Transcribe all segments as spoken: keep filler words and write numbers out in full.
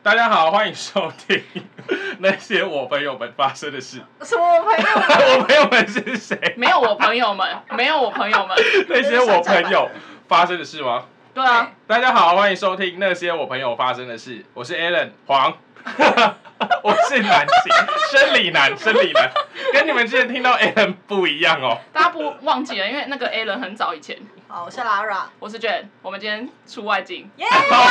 大家好，欢迎收听那些我朋友们发生的事。 什么我朋友们？ 我朋友们是谁？ 没有我朋友们，没有我朋友们。 那些我朋友发生的事吗？ 对啊。 大家好，欢迎收听那些我朋友发生的事。我是 Alan 黄，我是男性，生理男，生理男，跟你们之前听到 Alan 不一样哦。 大家不忘记了，因为那个 Alan 很早以前。 好，我是 Lara， 我是 Jen， 我们今天出外景。 耶！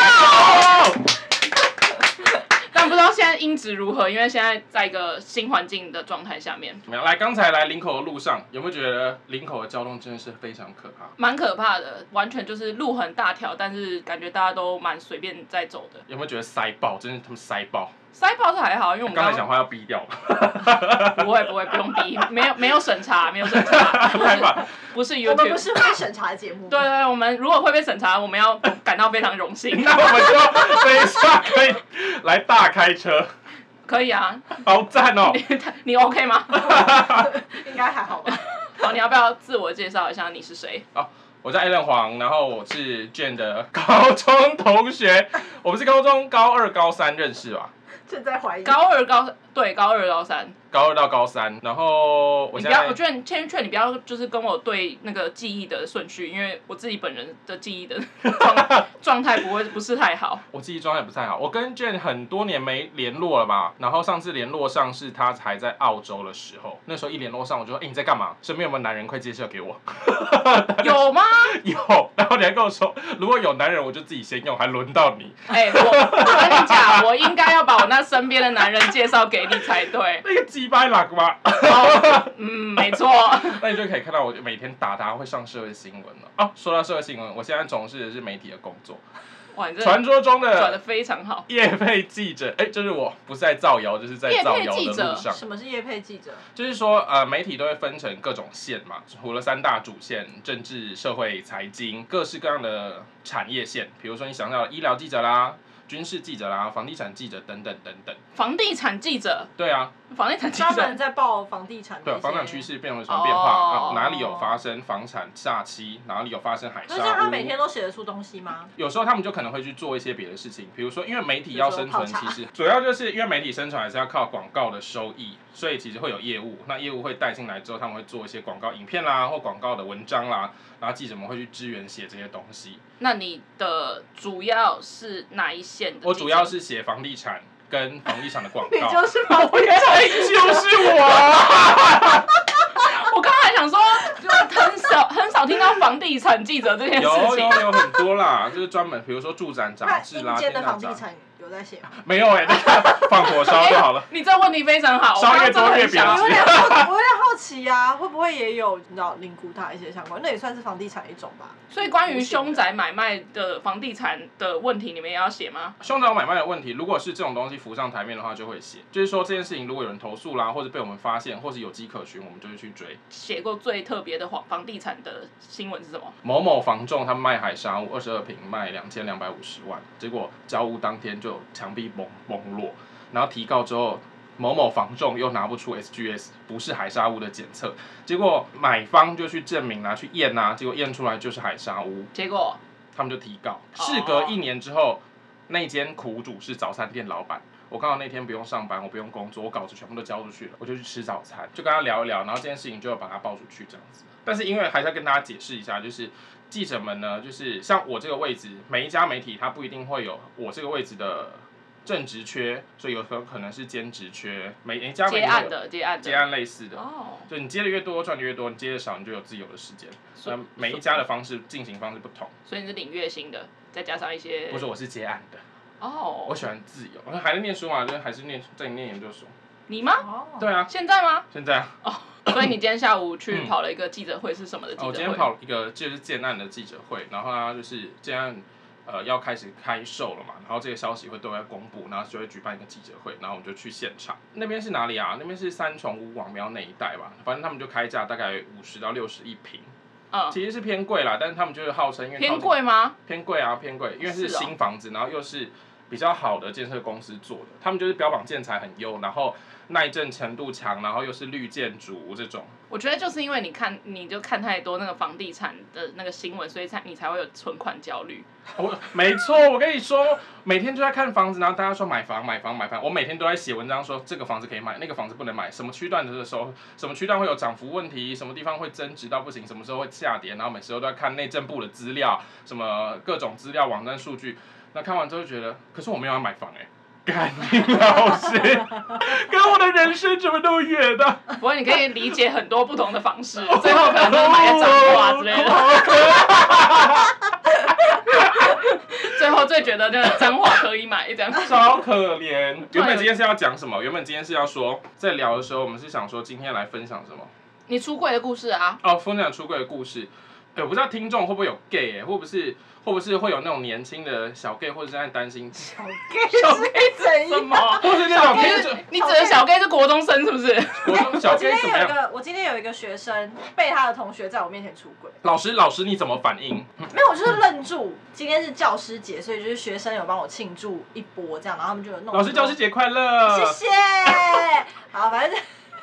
但不知道现在音质如何，因为现在在一个新环境的状态下面。 怎么样？来，刚才来林口的路上，有没有觉得林口的交通真的是非常可怕？ 蛮可怕的，完全就是路很大条，但是感觉大家都蛮随便在走的。 有没有觉得塞爆？真是他们塞爆！ 塞爆是还好，因为我们刚才讲话要逼掉。 不会不会，不用逼，没有没有审查，没有审查，不是不是 YouTube， 我们不是会审查的节目。 对对，我们如果会被审查，我们要感到非常荣幸。 那我们就等一下可以来大开车。 可以啊。 好赞哦！ 你你 OK 吗？ 应该还好吧。 好，你要不要自我介绍一下你是谁？ 哦，我叫 Alan 黄，然后我是 Jen 的高中同学，我们是高中高二、高三认识吧？ 正在怀疑。 高二、高三，对，高二、高三。 高二到高三，然后我现在， 你不要，我劝劝劝你不要，就是跟我对那个记忆的顺序，因为我自己本人的记忆的状状态不会不是太好。 我记忆状态不太好，我跟 Jen 很多年没联络了吧？然后上次联络上是他还在澳洲的时候，那时候一联络上我就说，哎、欸、你在干嘛？身边有没有男人快介绍给我？ 有吗？ 有，然后你还跟我说，如果有男人我就自己先用，还轮到你。 哎、欸，我我跟你讲，我应该要把我那身边的男人介绍给你才对。 那个鸡掰狼吗？ 哦，嗯，没错。 那你就可以看到我每天打他会上社会新闻了。哦，说到社会新闻，我现在从事的是媒体的工作。 哇，你这传说中的转得非常好。 业配记者，哎、欸，就是我，不是在造谣，就是在造谣的路上。 什么是业配记者？ 就是说，呃，媒体都会分成各种线嘛，除了三大主线，政治、社会、财经，各式各样的产业线。比如说你想到的医疗记者啦。军事记者啦，房地产记者等等等等。 房地产记者。 对啊。 房地产记者。 专门在报房地产。 对，房产趋势变为什么变化、oh. 啊？哪里有发生房产诈欺？哪里有发生海沙屋？ 那这样他每天都写得出东西吗？ 有时候他们就可能会去做一些别的事情，比如说，因为媒体要生存，其实主要就是因为媒体生存还是要靠广告的收益，所以其实会有业务。那业务会带进来之后，他们会做一些广告影片啦，或广告的文章啦，然后记者们会去支援写这些东西。 那你的主要是哪一线的？ 我主要是写房地产跟房地产的广告。 你就是房地产，就是我。 我刚才想说，就很少很少听到房地产记者这件事情。 有有有很多啦，就是专门，比如说住展杂志啦， 天大杂志。有在写吗？ 没有哎、欸，那个放火烧就好了。 欸、你这问题非常好， 烧越多越别我有点好，我有点好奇啊，会不会也有你知道灵骨塔一些相关？那也算是房地产一种吧。 所以关于凶宅买卖的房地产的问题，你们也要写吗？ 凶宅买卖的问题，如果是这种东西浮上台面的话，就会写。就是说这件事情，如果有人投诉啦，或者被我们发现，或是有迹可循，我们就会去追。 写过最特别的房房地产的新闻是什么？ 某某房仲他们卖海沙屋，二十二坪卖两千两百五十万，结果交屋当天就墙壁崩崩落，然后提告之后。某某房仲又拿不出 S G S 不是海沙屋的检测，结果买方就去证明啦、啊，去验啊，结果验出来就是海沙屋， 结果他们就提告。事隔一年之后，那间苦主是早餐店老板，我刚好那天不用上班，我不用工作，我稿子全部都交出去了，我就去吃早餐，就跟他聊一聊，然后这件事情就把他报出去这样子。但是因为还是要跟大家解释一下，就是记者们呢，就是像我这个位置，每一家媒体它不一定会有我这个位置的。正职缺，所以有可能是兼职缺，每一家接案的接案的接案类似的， 哦， 就你接的越多赚的越多，你接的少你就有自由的时间。那每一家的方式进行方式不同， 所以你是领月薪的，再加上一些。 不是，我是接案的。 哦。 我喜欢自由，我还在念书嘛，就还是念在念研究所。 你吗？ 哦。对啊。 现在吗？ 现在啊。 哦。所以你今天下午去跑了一个记者会，是什么的记者会？ 我今天跑一个就是建案的记者会，然后他就是建案。呃，要开始开售了嘛，然后这个消息会对外公布，然后就会举办一个记者会，然后我们就去现场。那边是哪里啊？那边是三重屋王庙那一带吧，反正他们就开价大概五十到六十一坪，嗯，其实是偏贵啦，但是他们就是号称因为偏贵吗？ 偏贵啊，偏贵，因为是新房子，然后又是比较好的建设公司做的，他们就是标榜建材很优，然后耐震程度强，然后又是绿建筑这种。 我觉得就是因为你看，你就看太多那个房地产的那个新闻，所以才你才会有存款焦虑。 我没错，我跟你说，每天就在看房子，然后大家说买房买房买房，我每天都在写文章说这个房子可以买，那个房子不能买，什么区段的时候，什么区段会有涨幅问题，什么地方会增值到不行，什么时候会下跌，然后每时候都在看内政部的资料，什么各种资料网站数据。那看完之后就觉得，可是我没有要买房哎、欸。干你老师，跟我的人生怎么那么远呢、啊？ 不过你可以理解很多不同的方式，最后可能就是买个脏话之类的。最后最觉得那个脏话可以买这样。 超可怜。原本今天是要讲什么？原本今天是要说，在聊的时候，我们是想说今天来分享什么？ 你出柜的故事啊？ 哦，分享出柜的故事。哎，我不知道听众会不会有 gay， 哎，会不是会不是会有那种年轻的小 gay， 或者是在担心小 gay 小 gay 怎什么？ 或是那种听众， 你指的小 gay 是国中生是不是？ 国中小 gay 怎么样？ 我今天有一个，我今天有一个学生被他的同学在我面前出轨。 老师，老师你怎么反应？ 没有，我就是愣住。今天是教师节，所以就是学生有帮我庆祝一波，这样，然后他们就有弄。 老师，教师节快乐！ 谢谢。好，反正，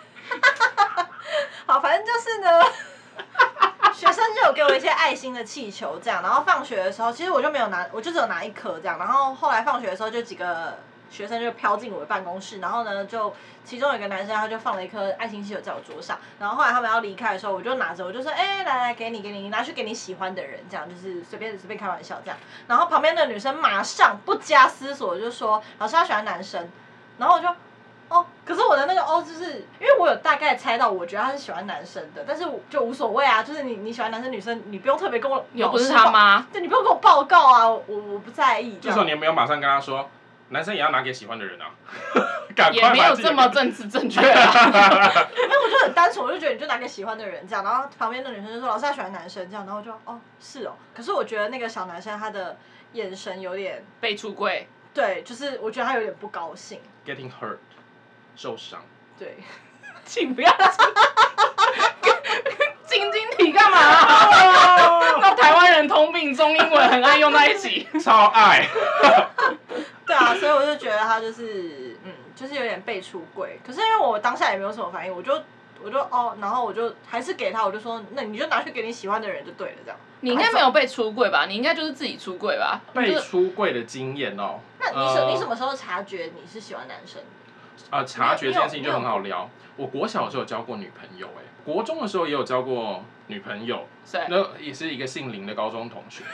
好，反正就是呢。学生就有给我一些爱心的气球，这样，然后放学的时候，其实我就没有拿，我就只有拿一颗这样，然后后来放学的时候，就几个学生就飘进我的办公室，然后呢，就其中有一个男生他就放了一颗爱心气球在我桌上，然后后来他们要离开的时候，我就拿着，我就说，哎、欸，来来，给你给你，你拿去给你喜欢的人，这样就是随便随便开玩笑这样，然后旁边的女生马上不加思索就说，老师他喜欢男生，然后我就。哦，可是我的那个哦，就是因为我有大概猜到，我觉得他是喜欢男生的，但是就无所谓啊，就是你你喜欢男生女生，你不用特别跟我又不是他妈， 对，你不用跟我报告啊，我我不在意。 这时候你有没有马上跟他说，男生也要拿给喜欢的人啊？ 也没有这么政治正确啊。 因为我就很单纯，我就觉得你就拿给喜欢的人这样，然后旁边的女生就说老师他喜欢男生这样，然后我就哦是哦，可是我觉得那个小男生他的眼神有点被出柜， 对，就是我觉得他有点不高兴 ，getting hurt。受伤， 对， 请不要晶晶体干嘛、啊？那台湾人通病，中英文很爱用在一起， 超爱。 对啊，所以我就觉得他就是嗯，就是有点被出柜。可是因为我当下也没有什么反应，我就我就哦，然后我就还是给他，我就说那你就拿去给你喜欢的人就对了，这样。 你应该没有被出柜吧？你应该就是自己出柜吧？ 被出柜的经验哦。 那你什、呃、你什么时候察觉你是喜欢男生？ 呃，察觉这件事情就很好聊。我国小的时候有交过女朋友、欸，哎，国中的时候也有交过女朋友，那也是一个姓林的高中同学。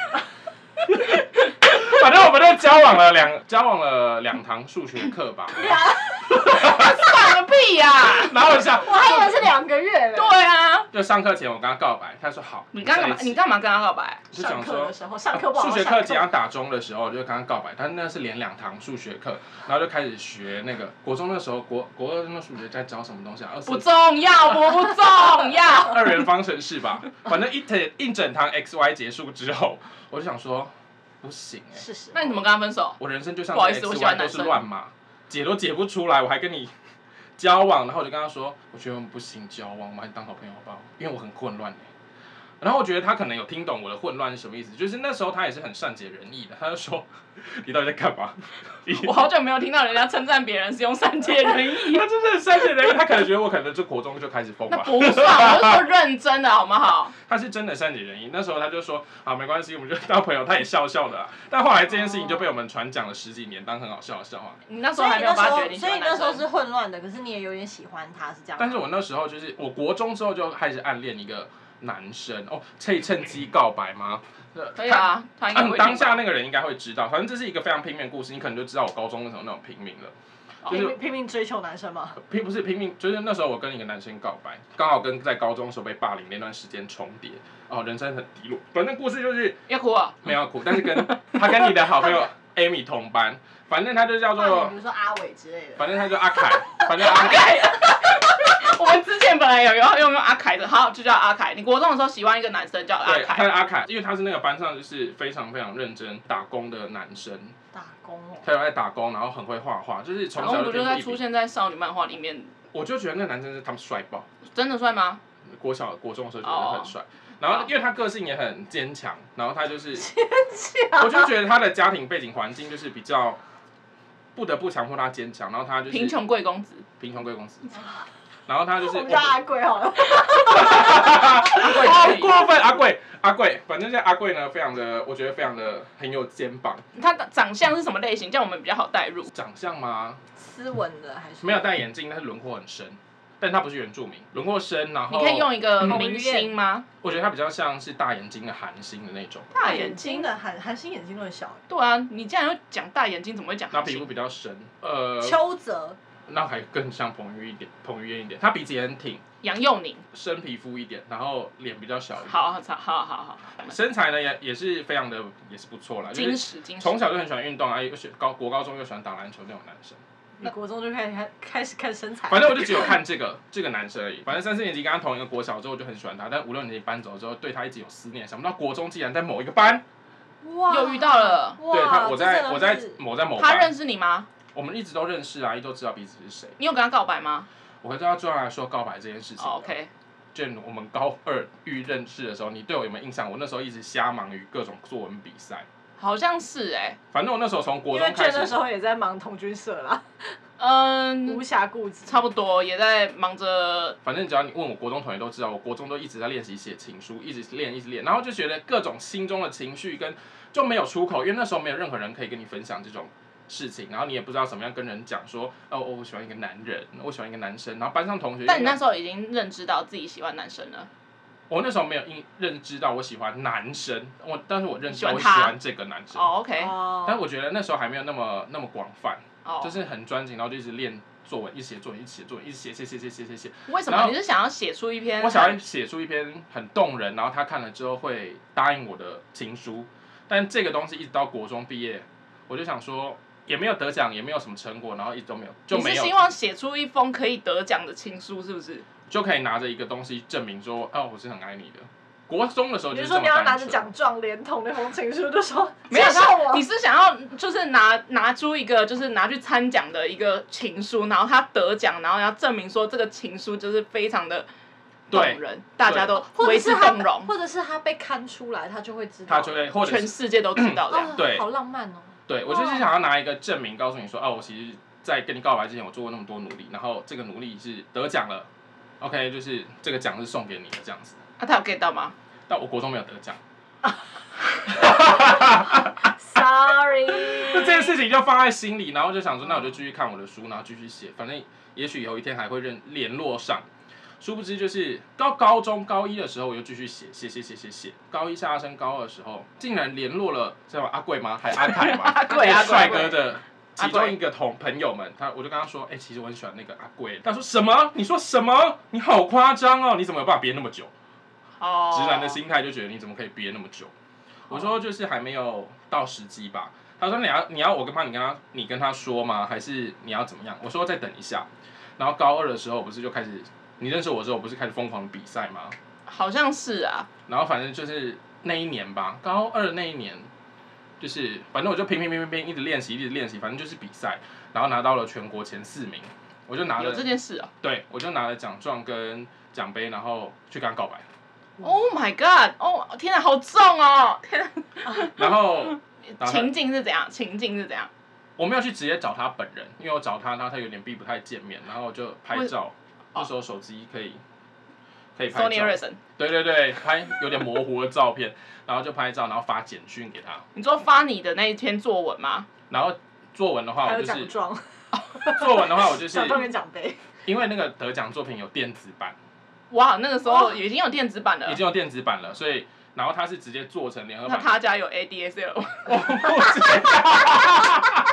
反正我们就交往了两交往了两堂数学课吧。 算个屁呀、啊！ 然后想， 我还以为是两个月嘞。 对啊。 就上课前我跟他告白，他说好。 你干嘛？你干嘛跟他告白？ 就想说， 上课不好。 数学课即将打钟的时候，就跟他告白，但那是连两堂数学课，然后就开始学那个国中那时候国国二那数学在教什么东西啊？ 不重要，我不重要。 二元方程式吧，反正一整一整堂 x y 结束之后，我就想说，不行哎、欸。 那你怎么跟他分手？ 我人生就像 x y 都是乱码，解都解不出来，我还跟你交往，然后我就跟他说，我觉得我们不行交往，我们还是当好朋友好不好？因为我很混乱、欸、然后我觉得他可能有听懂我的混乱是什么意思，就是那时候他也是很善解人意的，他就说你到底在干嘛？ 我好久没有听到人家称赞别人是用善解人意， 他真的很善解人意，他可能觉得我可能就国中就开始疯吧。 那不算，我是说认真的好不好？ 他是真的善解人意，那时候他就说啊没关系，我们就当朋友，他也笑笑的啦。但后来这件事情就被我们传讲了十几年，当很好笑的笑话。 你那时候还没有发觉你喜所以欢男生， 你那时候是混乱的，可是你也有点喜欢他，是这样。 但是我那时候就是我国中之后就开始暗恋一个男生哦，可以趁机告白吗？ 可以啊，他应该会。 当下那个人应该会知道，反正这是一个非常拼命的故事，你可能就知道我高中的时候那种拼命了。 就是拼命追求男生吗？ 拼不是拼命，就是那时候我跟一个男生告白，刚好跟在高中的时候被霸凌那段时间重叠，哦，人生很低落。反正故事就是要哭啊？ 没有哭，但是跟他跟你的好朋友 Amy 同班，反正他就叫做， 比如说阿伟之类的， 反正他叫阿凯，反正阿凯。我们之前本来有用用阿凯的，好就叫阿凯。你国中的时候喜欢一个男生叫阿凯， 对，他是阿凯，因为他是那个班上就是非常非常认真打工的男生。 打工哦。 他有在打工，然后很会画画，就是从小就。 不就在出现在少女漫画里面。 我就觉得那个男生是他们帅爆。 真的帅吗？ 国小国中的时候觉得很帅。Oh. 然後因為他個性也很堅強，然後他就是， 堅強， 我就覺得他的家庭背景環境就是比較不得不强迫他坚强，然后他就是贫穷贵公子， 贫穷贵公子，然后他就是我们叫阿贵好了。 阿贵好可以过分，阿贵阿贵，反正这阿贵呢，非常的，我觉得非常的很有肩膀。 他的长相是什么类型？这样我们比较好带入。 长相吗？ 斯文的还是没有戴眼镜，但是轮廓很深。但他不是原住民，轮廓深，然后你可以用一个明星吗？ 我觉得他比较像是大眼睛的韩星的那种， 大眼眼睛的韩韩星眼睛都很小。 对啊，你既然要讲大眼睛，怎么会讲然后皮肤韩星？ 比较深，呃， 邱泽， 那还更像彭于晏一点，彭于晏一点，他鼻子也很挺， 杨佑宁， 深皮肤一点，然后脸比较小一点， 好好好好好， 身材呢也也是非常的也是不错啦，就是金石金石。 从小就很喜欢运动啊，又喜高国高中又喜欢打篮球那种男生。 你国中就开始开开始看身材。 反正我就只有看这个这个男生而已。反正三四年级跟他同一个国小之后，我就很喜欢他，但五六年级搬走之后，对他一直有思念。想不到国中竟然在某一个班， 哇又遇到了。 哇对他，我在这真的我在是某在某班， 他认识你吗？ 我们一直都认识啊，一直都知道彼此是谁。 你有跟他告白吗？ 我会知道专来说告白这件事情。 哦 OK， 就我们高二遇认识的时候，你对我有没有印象？我那时候一直瞎忙于各种作文比赛。 好像是哎、 反正我那时候从国因中开始， 为卷那时候也在忙童军社啦， 嗯无，暇顾及。 差不多也在忙着。 反正只要你问我国中同学都知道，我国中都一直在练习写情书，一直练一直练，然后就觉得各种心中的情绪跟就没有出口，因为那时候没有任何人可以跟你分享这种事情，然后你也不知道怎么样跟人讲说，哦，我喜欢一个男人，我喜欢一个男生，然后班上同学， 但你那时候已经认知到自己喜欢男生了。 我那时候没有认认知到我喜欢男生，我但是我认知喜欢他我喜欢这个男生， 哦 OK， 哦但我觉得那时候还没有那么那么广泛， 哦， 就是很专情，然后就一直练作文，一直写作文，一直写作文，一直写写写写写写写。 为什么？ 然后你是想要写出一篇？ 我想要写出一篇很动人，然后他看了之后会答应我的情书，但这个东西一直到国中毕业，我就想说也没有得奖，也没有什么成果，然后一直都没有，就没有你是希望写出一封可以得奖的情书，是不是？ 就可以拿着一个东西证明说，哦，我是很爱你的。国中的时候你就是是这么说你要拿着单纯。 奖状连同那封情书，就说没有， 介绍我你是想要就是拿拿出一个就是拿去参奖的一个情书，然后他得奖，然后要证明说这个情书就是非常的动人，大家都为之或者是他动容， 或者是他被看出来，他就会知道。 他就会或者全是世界都知道这样。 哦对好浪漫哦。 对我就是想要拿一个证明告诉你说，哦，我其实在跟你告白之前，我做过那么多努力，然后这个努力是得奖了。OK，就是这个奖是送给你的这样子。 啊，他有 get 到吗？ 但我国中没有得奖。 Sorry。 这件事情就放在心里，然后就想说，那我就继续看我的书，然后继续写，反正也许有一天还会认联络上。殊不知就是到高中高一的时候，我就继续写写写写写写。高一下升高二的时候，竟然联络了叫阿贵吗？还阿凯吗？ 阿贵阿贵帅哥的其中一个同朋友们，他我就跟他说，哎、欸，其实我很喜欢那个阿贵。他说什么？你说什么？你好夸张哦！你怎么有办法憋那么久？ 哦， 直男的心态就觉得你怎么可以憋那么久？我说就是还没有到时机吧。他说你要你要我跟他你跟他你跟他说吗？还是你要怎么样？我说再等一下。然后高二的时候不是就开始你认识我之后不是开始疯狂的比赛吗？ 好像是啊。 然后反正就是那一年吧，高二那一年，就是反正我就拼拼拼拼拼一直练习一直练习，反正就是比赛，然后拿到了全国前四名，我就拿了有这件事啊。 对，我就拿了奖状跟奖杯，然后去跟他告白。 Oh my god！ 哦，天啊，好重哦！天啊。 然后情境是怎样？情境是怎样？ 我没有去直接找他本人，因为我找他，他他有点避不太见面，然后我就拍照。那时候手机可以可以拍照 Sony Ericsson。 对对对，拍有点模糊的照片，然后就拍照，然后发简讯给他。 你说发你的那一篇作文吗？ 然后作文的话， 还有我就是奖状。 作文的话，我就是奖状跟奖杯。 因为那个得奖作品有电子版。 哇，那个时候已经有电子版了。 已经有电子版了，所以然后他是直接做成联合版。 那他家有 A D S L。 我不知道。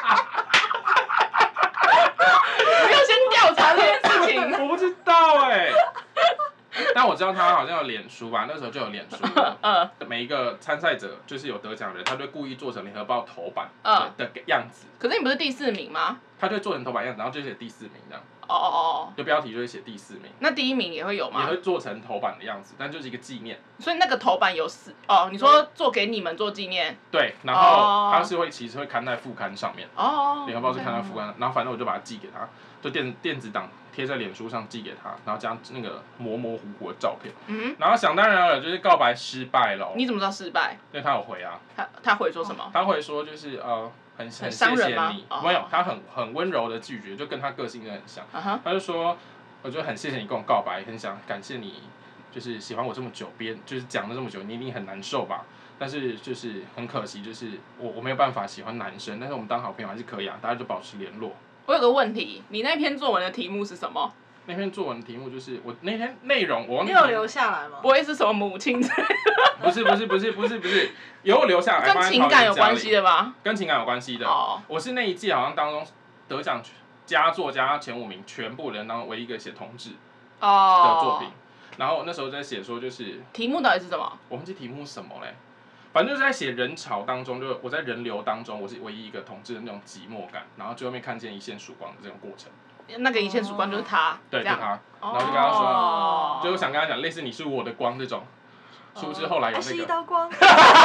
没有先调查这件事情。 我不知道哎、欸。但我知道他好像有脸书吧，那时候就有脸书了。 嗯。 每一个参赛者就是有得奖人，他就会故意做成联合报头版嗯的样子。 可是你不是第四名吗？ 他就会做成头版样子，然后就写第四名这样。 哦哦哦。 就标题就会写第四名。 那第一名也会有吗？ 也会做成头版的样子，但就是一个纪念。 所以那个头版有四哦，你说做给你们做纪念。 对，然后他是会其实会刊在副刊上面。 哦。 联合报是刊在副刊，然后反正我就把它寄给他，就电电子档贴在脸书上寄给他，然后加那个模模糊糊的照片。 嗯。 然后想当然了，就是告白失败咯。 你怎么知道失败？ 因为他有回啊。 他他回说什么？ 他会说就是呃， 很很很伤人吗谢谢你， 哦没有，他很很温柔的拒绝，就跟他个性真的很像。 啊哈， 他就说，我就很谢谢你跟我告白，很想感谢你，就是喜欢我这么久，别就是讲了这么久，你一定很难受吧？但是就是很可惜，就是我我没有办法喜欢男生，但是我们当好朋友还是可以啊，大家就保持联络。 我有个问题，你那篇作文的题目是什么？ 那篇作文的题目就是我那天内容我忘记你有留下来吗？ 不会是什么母亲之类的？ 不是不是不是不是不是，有留下来跟放在情感有桃园家里关系的吧？ 跟情感有关系的。 哦， 我是那一届好像当中得奖佳作家前五名，全部人当中唯一一个写同志的作品。 哦， 然后那时候在写说就是题目到底是什么？ 我忘记题目是什么嘞，反正就是在写人潮当中，就我在人流当中，我是唯一一个同志的那种寂寞感，然后最后面看见一线曙光的这种过程。 那个一线曙光就是他， 对， 这样。 就他，然后就跟他说， 哦， 就我想跟他讲，类似你是我的光这种。殊不知后来有爱是一那个， 道光。太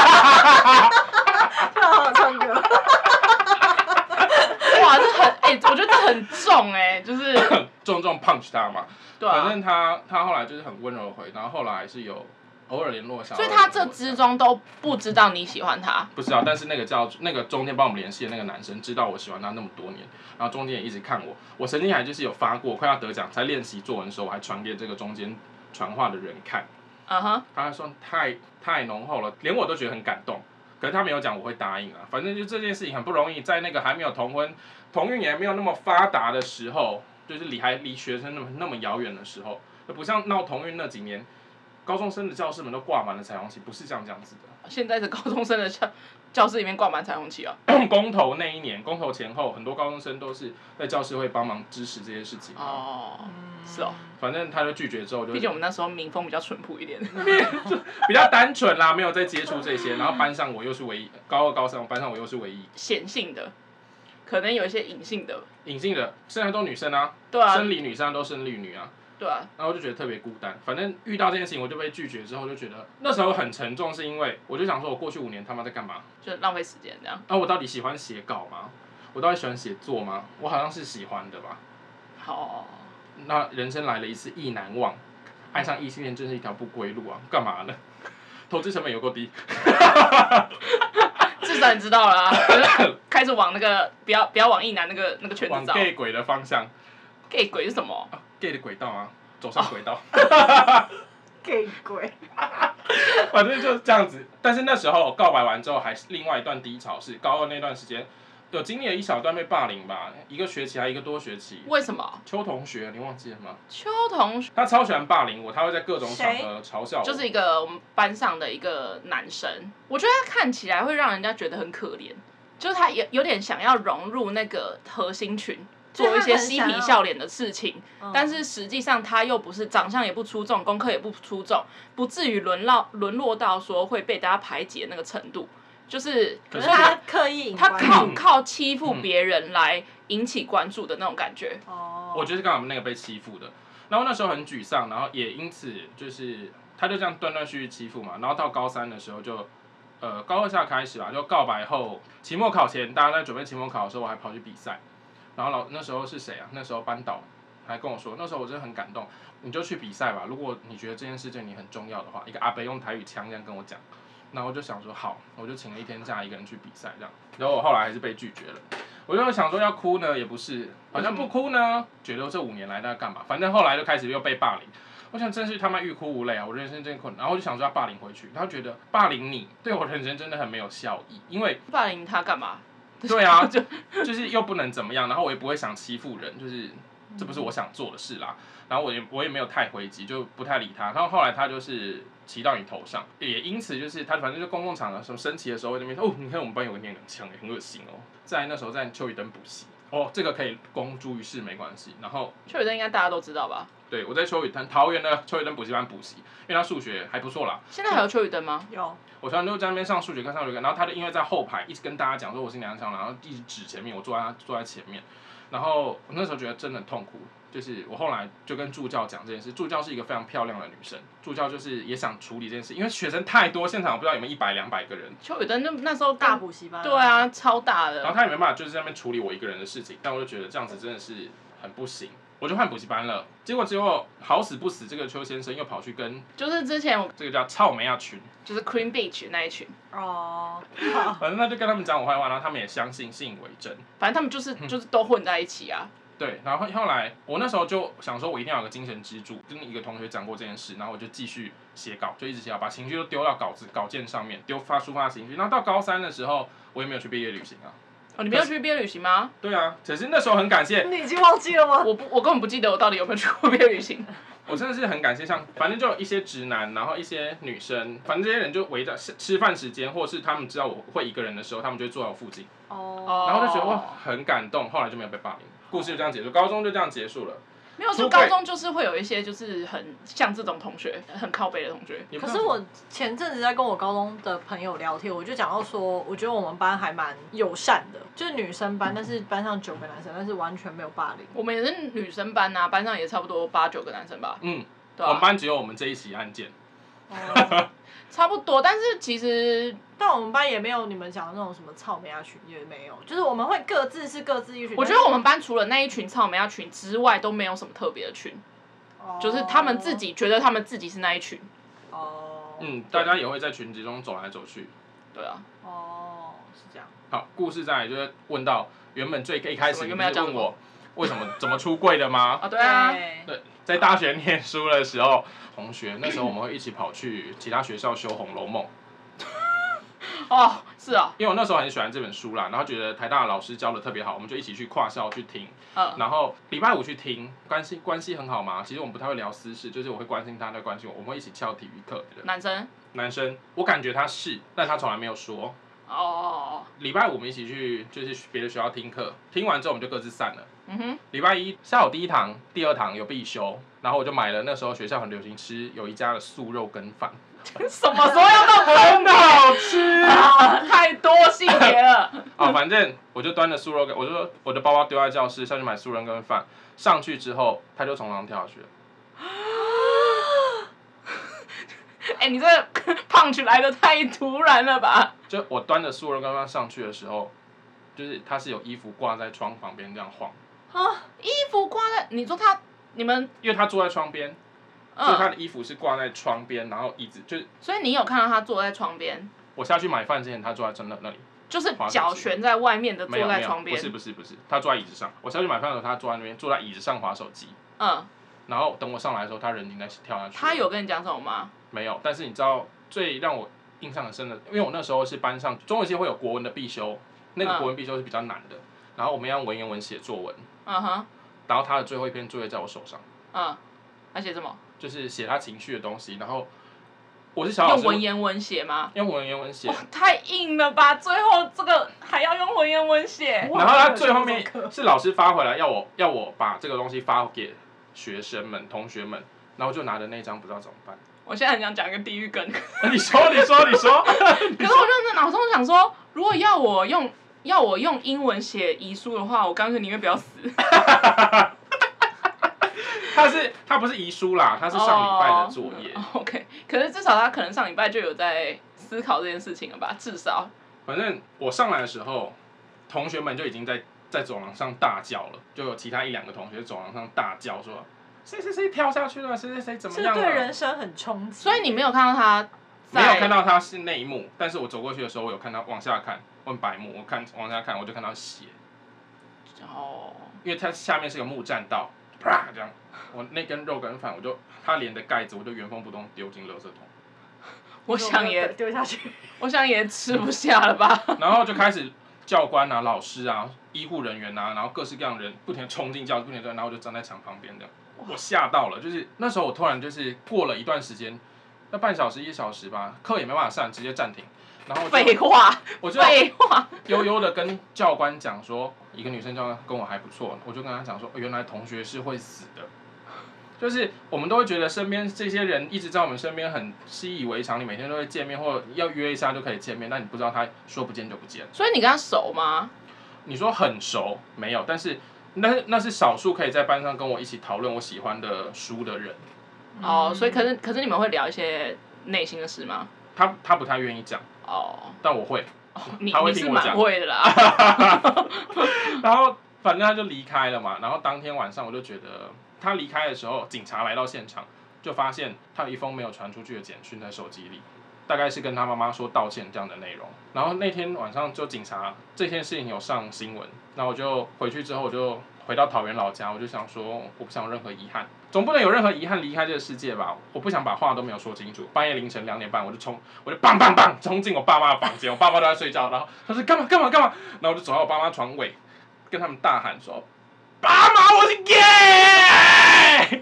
好好唱歌。 哇，这很哎、我觉得这很重哎、就是重重 punch 他嘛。 对啊反。正他他后来就是很温柔的回，然后后来还是有偶尔联络下。 所以他这之中都不知道你喜欢他。 不知道，但是那个叫那个中间帮我们联系的那个男生知道我喜欢他那么多年，然后中间也一直看我。我曾经还就是有发过，快要得奖在练习作文的时候，我还传给这个中间传话的人看。 嗯哼。 他说太太浓厚了，连我都觉得很感动。可是他没有讲我会答应啊，反正就这件事情很不容易，在那个还没有同婚、同运也没有那么发达的时候，就是离还离学生那么那么遥远的时候，不像闹同运那几年，高中生的教室门都挂满了彩虹旗，不是这样这样子的。 现在的高中生的教教室里面挂满彩虹旗哦。 公投那一年，公投前后，很多高中生都是在教室会帮忙支持这些事情。 哦，是哦。 反正他就拒绝之后就， 毕竟我们那时候民风比较淳朴一点。 比较单纯啦，没有再接触这些。然后班上我又是唯一，高二高三班上我又是唯一。 显性的，可能有一些隐性的。 隐性的，剩下都女生啊， 对啊。 生理女生都生理女啊。 对啊。 然后我就觉得特别孤单。反正遇到这件事情，我就被拒绝之后，就觉得那时候很沉重，是因为我就想说，我过去五年他妈在干嘛？ 就浪费时间这样。 那、啊、我到底喜欢写稿吗？我到底喜欢写作吗？我好像是喜欢的吧。 好。 那人生来了一次意难忘，爱上异性恋真是一条不归路啊！干嘛呢？投资成本有够低。 至少你知道了啊，就是开始往那个不要不要往异男那个那个圈子往找。 gay 鬼的方向。 gay 鬼是什么？ 啊 gay 的轨道啊，走上轨道。 gay 鬼。 反正就是这样子。但是那时候告白完之后，还是另外一段低潮，是高二那段时间，有经历了一小段被霸凌吧，一个学期还一个多学期。 为什么？ 邱同学，你忘记了吗？ 邱同学他超喜欢霸凌我，他会在各种场合嘲笑我。 就是一个我们班上的一个男生，我觉得他看起来会让人家觉得很可怜，就是他有有点想要融入那个核心群，做一些嬉皮笑脸的事情，但是实际上他又不是长相也不出众，功课也不出众，不至于沦落沦落到说会被大家排挤的那个程度。就是可是他刻意引他关注靠靠欺负别人来引起关注的那种感觉。 哦。 我就是刚好那个被欺负的，然后那时候很沮丧，然后也因此就是他就这样断断续续欺负嘛，然后到高三的时候就，呃高二下开始吧，就告白后，期末考前大家在准备期末考的时候，我还跑去比赛，然后老那时候是谁啊？那时候班导还跟我说，那时候我真的很感动，你就去比赛吧，如果你觉得这件事对你很重要的话，一个阿伯用台语腔这样跟我讲。然后我就想说好，我就请了一天假，一个人去比赛这样。然后我后来还是被拒绝了，我就想说要哭呢，也不是，好像不哭呢，觉得这五年来在干嘛？反正后来就开始又被霸凌，我想真是他妈欲哭无泪啊！我人生真困难，然后我就想说要霸凌回去，然后觉得霸凌你对我人生真的很没有效益，因为霸凌他干嘛？ 对啊，就就是又不能怎么样，然后我也不会想欺负人，就是这不是我想做的事啦。然后我也我也没有太回击，就不太理他。然后后来他就是骑到你头上，也因此就是他反正就公共场合什么升旗的时候，那边哦，你看我们班有个念两枪，很恶心哦。在那时候在邱宇登补习，哦，这个可以公诸于世没关系。然后邱宇登应该大家都知道吧？ 对，我在邱宇登桃园的邱宇登补习班补习，因为他数学还不错啦。 现在还有邱宇登吗？ 有。 我常常就在那边上数学课，上数学课，然后他就因为在后排一直跟大家讲说我是梁强，然后一直指前面，我坐在他坐在前面，然后我那时候觉得真的很痛苦。就是我后来就跟助教讲这件事，助教是一个非常漂亮的女生，助教就是也想处理这件事，因为学生太多，现场我不知道有没有一百两百个人。 邱宇登那那时候大补习班。 对啊，超大的。 然后他也没办法就是在那边处理我一个人的事情，但我就觉得这样子真的是很不行。 我就换补习班了。结果结果好死不死，这个邱先生又跑去跟就是之前我这个叫草莓亚群， 就是 Queen Beach 那一群， 哦， 反正他就跟他们讲我坏话，然后他们也相信，信以为真。 反正他们就是就是都混在一起啊。 对，然后后来我那时候就想说，我一定要有个精神支柱，跟一个同学讲过这件事，然后我就继续写稿，就一直写稿，把情绪都丢到稿子稿件上面，丢发抒发情绪。然后到高三的时候，我也没有去毕业旅行啊。 哦，你没有去毕业旅行吗？ 对啊，可是那时候很感谢。 你已经忘记了吗？ 我不，我根本不记得我到底有没有去过毕业旅行。 我真的是很感谢，像反正就有一些直男，然后一些女生，反正这些人就围着吃饭时间，或者是他们知道我会一个人的时候，他们就会坐在我附近。 哦。 然后就觉得哇，很感动，后来就没有被霸凌。故事就这样结束，高中就这样结束了。 没有，就高中就是会有一些就是很像这种同学，很靠北的同学。 可是我前阵子在跟我高中的朋友聊天，我就讲到说，我觉得我们班还蛮友善的，就是女生班，但是班上九个男生，但是完全没有霸凌。 我们也是女生班啊，班上也差不多八九个男生吧。 嗯， 对啊、 我们班只有我们这一起案件。 哦差不多，但是其实， 但我们班也没有你们讲的那种什么草莓亚群，也没有，就是我们会各自是各自一群。 我觉得我们班除了那一群草莓亚群之外，都没有什么特别的群， 哦、 就是他们自己觉得他们自己是那一群。 哦。 嗯，大家也会在群集中走来走去。 对啊。 哦，是这样。 好，故事再来就是问到原本最一开始你不是问我为什么怎么出柜的吗？ 啊，对啊。 对，在大学念书的时候，同学那时候我们会一起跑去其他学校修《红楼梦》。 哦，是啊、哦。 因为我那时候很喜欢这本书啦，然后觉得台大的老师教的特别好，我们就一起去跨校去听。 嗯。 然后礼拜五去听，关系关系很好嘛。其实我们不太会聊私事，就是我会关心他，他关心我，我们会一起翘体育课。 男生。 男生，我感觉他是，但他从来没有说。 哦。 礼拜五我们一起去，就是别的学校听课，听完之后我们就各自散了。 嗯哼。 礼拜一下午第一堂、第二堂有必修，然后我就买了那时候学校很流行吃有一家的素肉羹饭。 什么时候要到真的好吃啊！太多细节了。 啊，反正我就端着素肉羹，我就说我的包包丢在教室，下去买素肉羹饭。上去之后，他就从廊跳下去了。 哎、欸，你这胖起来的太突然了吧？ 就我端着素肉羹饭上去的时候，就是他是有衣服挂在窗旁边这样晃。 啊，衣服挂在？你说他你们？ 因为他坐在窗边。所以他的衣服是挂在窗边，然后椅子就。 所以你有看到他坐在窗边？ 我下去买饭之前，他坐在真的那里。 就是脚悬在外面的，坐在窗边。 不是不是不是，他坐在椅子上。我下去买饭的时候，他坐在那边，坐在椅子上滑手机。 嗯。 然后等我上来的时候，他人已经在跳下去。 他有跟你讲什么吗？ 没有，但是你知道最让我印象很深的，因为我那时候是班上中文系会有国文的必修，那个国文必修是比较难的，然后我们要用文言文写作文。 嗯哼。 然后他的最后一篇作业在我手上。 嗯。他写什么？ 就是写他情绪的东西，然后我是小老师。 用文言文写吗？ 用文言文写。 太硬了吧！最后这个还要用文言文写。 然后他最后面是老师发回来，要我要我把这个东西发给学生们、同学们，然后就拿着那张不知道怎么办。 我现在很想讲一个地狱梗。 你说，你说，你说。可是我认真脑中想说，如果要我用要我用英文写遗书的话，我干脆宁愿不要死。 他是他不是遗书啦，他是上礼拜的作业。 Oh, OK， 可是至少他可能上礼拜就有在思考这件事情了吧？至少。 反正我上来的时候，同学们就已经在在走廊上大叫了，就有其他一两个同学在走廊上大叫说：“谁谁谁跳下去了，谁谁谁怎么样了？” 这对人生很冲击。 所以你没有看到他？ 没有看到他是那一幕，但是我走过去的时候，我有看到往下看，问白幕，我看往下看，我就看到血。 哦。 因为它下面是个木栈道。啪！这样，我那根肉羹饭，我就它连的盖子，我就原封不动丢进垃圾桶。 我想也丢下去， 我想也吃不下了吧。 然后就开始教官啊、老师啊、医护人员啊，然后各式各样的人不停地冲进教室，不停地，然后我就站在墙旁边这样。我吓到了，就是那时候我突然就是过了一段时间，那半小时一小时吧，课也没办法上，直接暂停。然后废话， 我就废话， 悠悠的跟教官讲说，一个女生教官跟我还不错，我就跟她讲说，原来同学是会死的，就是我们都会觉得身边这些人一直在我们身边很习以为常，你每天都会见面，或者要约一下就可以见面，但你不知道他说不见就不见。 所以你跟他熟吗？ 你说很熟没有，但是那那是少数可以在班上跟我一起讨论我喜欢的书的人。 哦，所以可是可是你们会聊一些内心的事吗？ 他他不太愿意讲。哦。但我会。 哦、你他会听我讲。 你是蛮会的啦。 然后反正他就离开了嘛。然后当天晚上我就觉得他离开的时候，警察来到现场，就发现他有一封没有传出去的简讯在手机里。大概是跟他妈妈说道歉这样的内容，然后那天晚上就警察这件事情有上新闻，然后我就回去之后我就回到桃园老家，我就想说我不想有任何遗憾，总不能有任何遗憾离开这个世界吧，我不想把话都没有说清楚。半夜凌晨两点半我就冲，我就棒棒棒冲进我爸妈的房间，我爸妈都在睡觉，然后他说干嘛干嘛干嘛，然后我就走到我爸妈床尾，跟他们大喊说，爸妈我是 gay。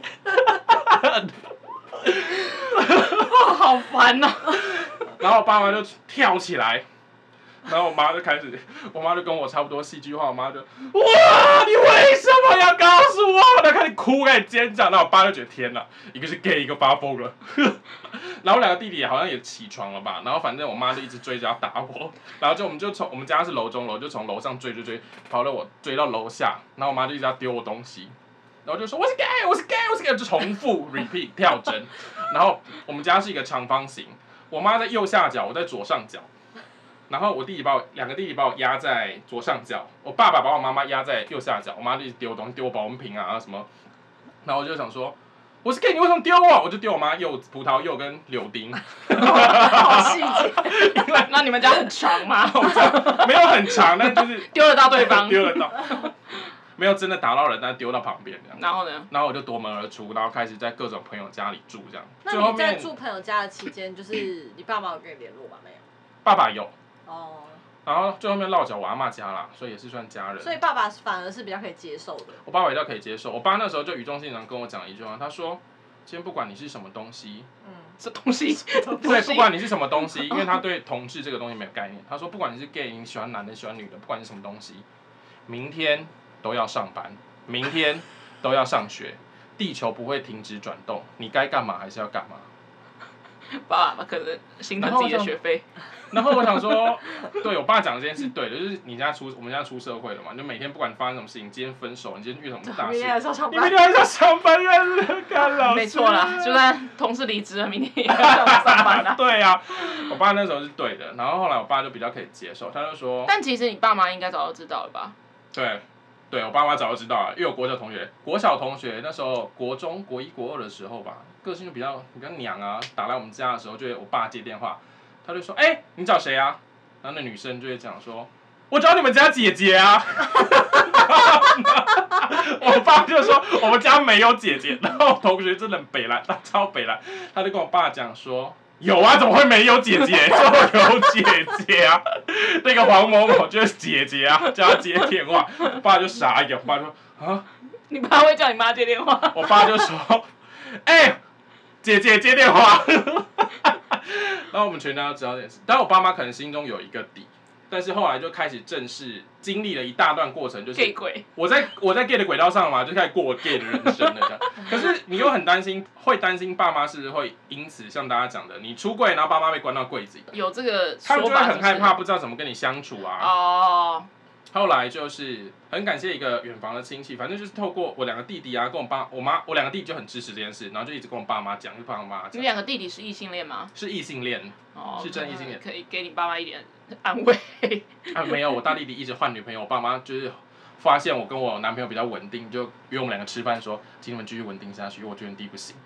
哇，好烦哦、 然后我爸妈就跳起来，然后我妈就开始，我妈就跟我差不多戏剧化，我妈就哇，你为什么要告诉我？她开始哭，开始尖叫，然后我爸就觉得天哪，一个是 gay， 一个发疯了。然后两个弟弟好像也起床了吧，然后反正我妈就一直追着要打我，然后就我们就从我们家是楼中楼，就从楼上追追追，跑到我追到楼下，然后我妈就一直要丢我东西。然后就说我是 gay， 我是 gay， 我是 gay， 就重复 repeat 跳针。然后我们家是一个长方形，我妈在右下角，我在左上角。然后我弟弟把我两个弟弟把我压在左上角，我爸爸把我妈妈压在右下角，我妈就一直丢东西，丢保温瓶啊什么。然后我就想说，我是 gay， 你为什么丢我？我就丢我妈柚子、葡萄柚跟柳丁。 好细节。 因为那你们家很长吗？ 没有很长，但就是丢得到对方。 丢得到。没有真的打到人，但丢到旁边这样。 然后呢？ 然后我就夺门而出，然后开始在各种朋友家里住这样。 那你在住朋友家的期间，就是你爸妈有跟你联络吗？没有。 爸爸有。 哦。 然后最后面落脚我阿嬷家啦，所以也是算家人。 所以爸爸反而是比较可以接受的。 我爸爸比较可以接受，我爸那时候就语重心长跟我讲一句话，他说：“今天不管你是什么东西， 嗯，这东西， 对，不管你是什么东西，因为他对同志这个东西没有概念。他说，不管你是 gay， 你喜欢男的喜欢女的，不管你是什么东西，明天都要上班。”明天都要上学，地球不会停止转动，你该干嘛还是要干嘛。 爸爸可能心疼自己的学费。 然后我想说，对我爸讲这件事对的，就是你家出我们家出社会了嘛，就每天不管发生什么事情，今天分手，你今天遇到什么大事， 明天还是要上班， 你明天还是要上班，干老师。 没错啦，就算同事离职了，明天也要上班啦。 对啊，我爸那时候是对的，然后后来我爸就比较可以接受，他就说。 但其实你爸妈应该早就知道了吧？ 对。对我爸妈早就知道了，因为我国小同学，国小同学那时候国中国一国二的时候吧，个性就比较比较娘啊，打来我们家的时候，就会我爸接电话，他就说，哎、欸，你找谁啊？然后那女生就会讲说，我找你们家姐姐啊。我爸就说我们家没有姐姐，然后同学真的很北蓝，他超北蓝，他就跟我爸讲说。有啊，怎么会没有姐姐？就有姐姐啊！那个黄某某就是姐姐啊，叫他接电话，我爸就傻眼，我爸说啊， 你爸会叫你妈接电话？ 我爸就说，哎、欸，姐姐接电话。然后我们全家都知道这件事，但我爸妈可能心中有一个底，但是后来就开始正式经历了一大段过程，就是 gay 轨， 我在我在 gay 的轨道上嘛，就开始过我 gay 的人生了这样。可是你又很担心，会担心爸妈是不是会因此像大家讲的，你出柜，然后爸妈被关到柜子里， 有这个他们就会很害怕， 是是不知道怎么跟你相处啊。 哦。 后来就是很感谢一个远房的亲戚，反正就是透过我两个弟弟啊，跟我爸、我妈，我两个弟弟就很支持这件事，然后就一直跟我爸妈讲，就爸妈讲。 你两个弟弟是异性恋吗？ 是异性恋， 哦， 是真异性恋， 可以给你爸妈一点安慰。 啊，没有，我大弟弟一直换女朋友，我爸妈就是发现我跟我男朋友比较稳定，就约我们两个吃饭说，请你们继续稳定下去，因为我觉得你弟不行。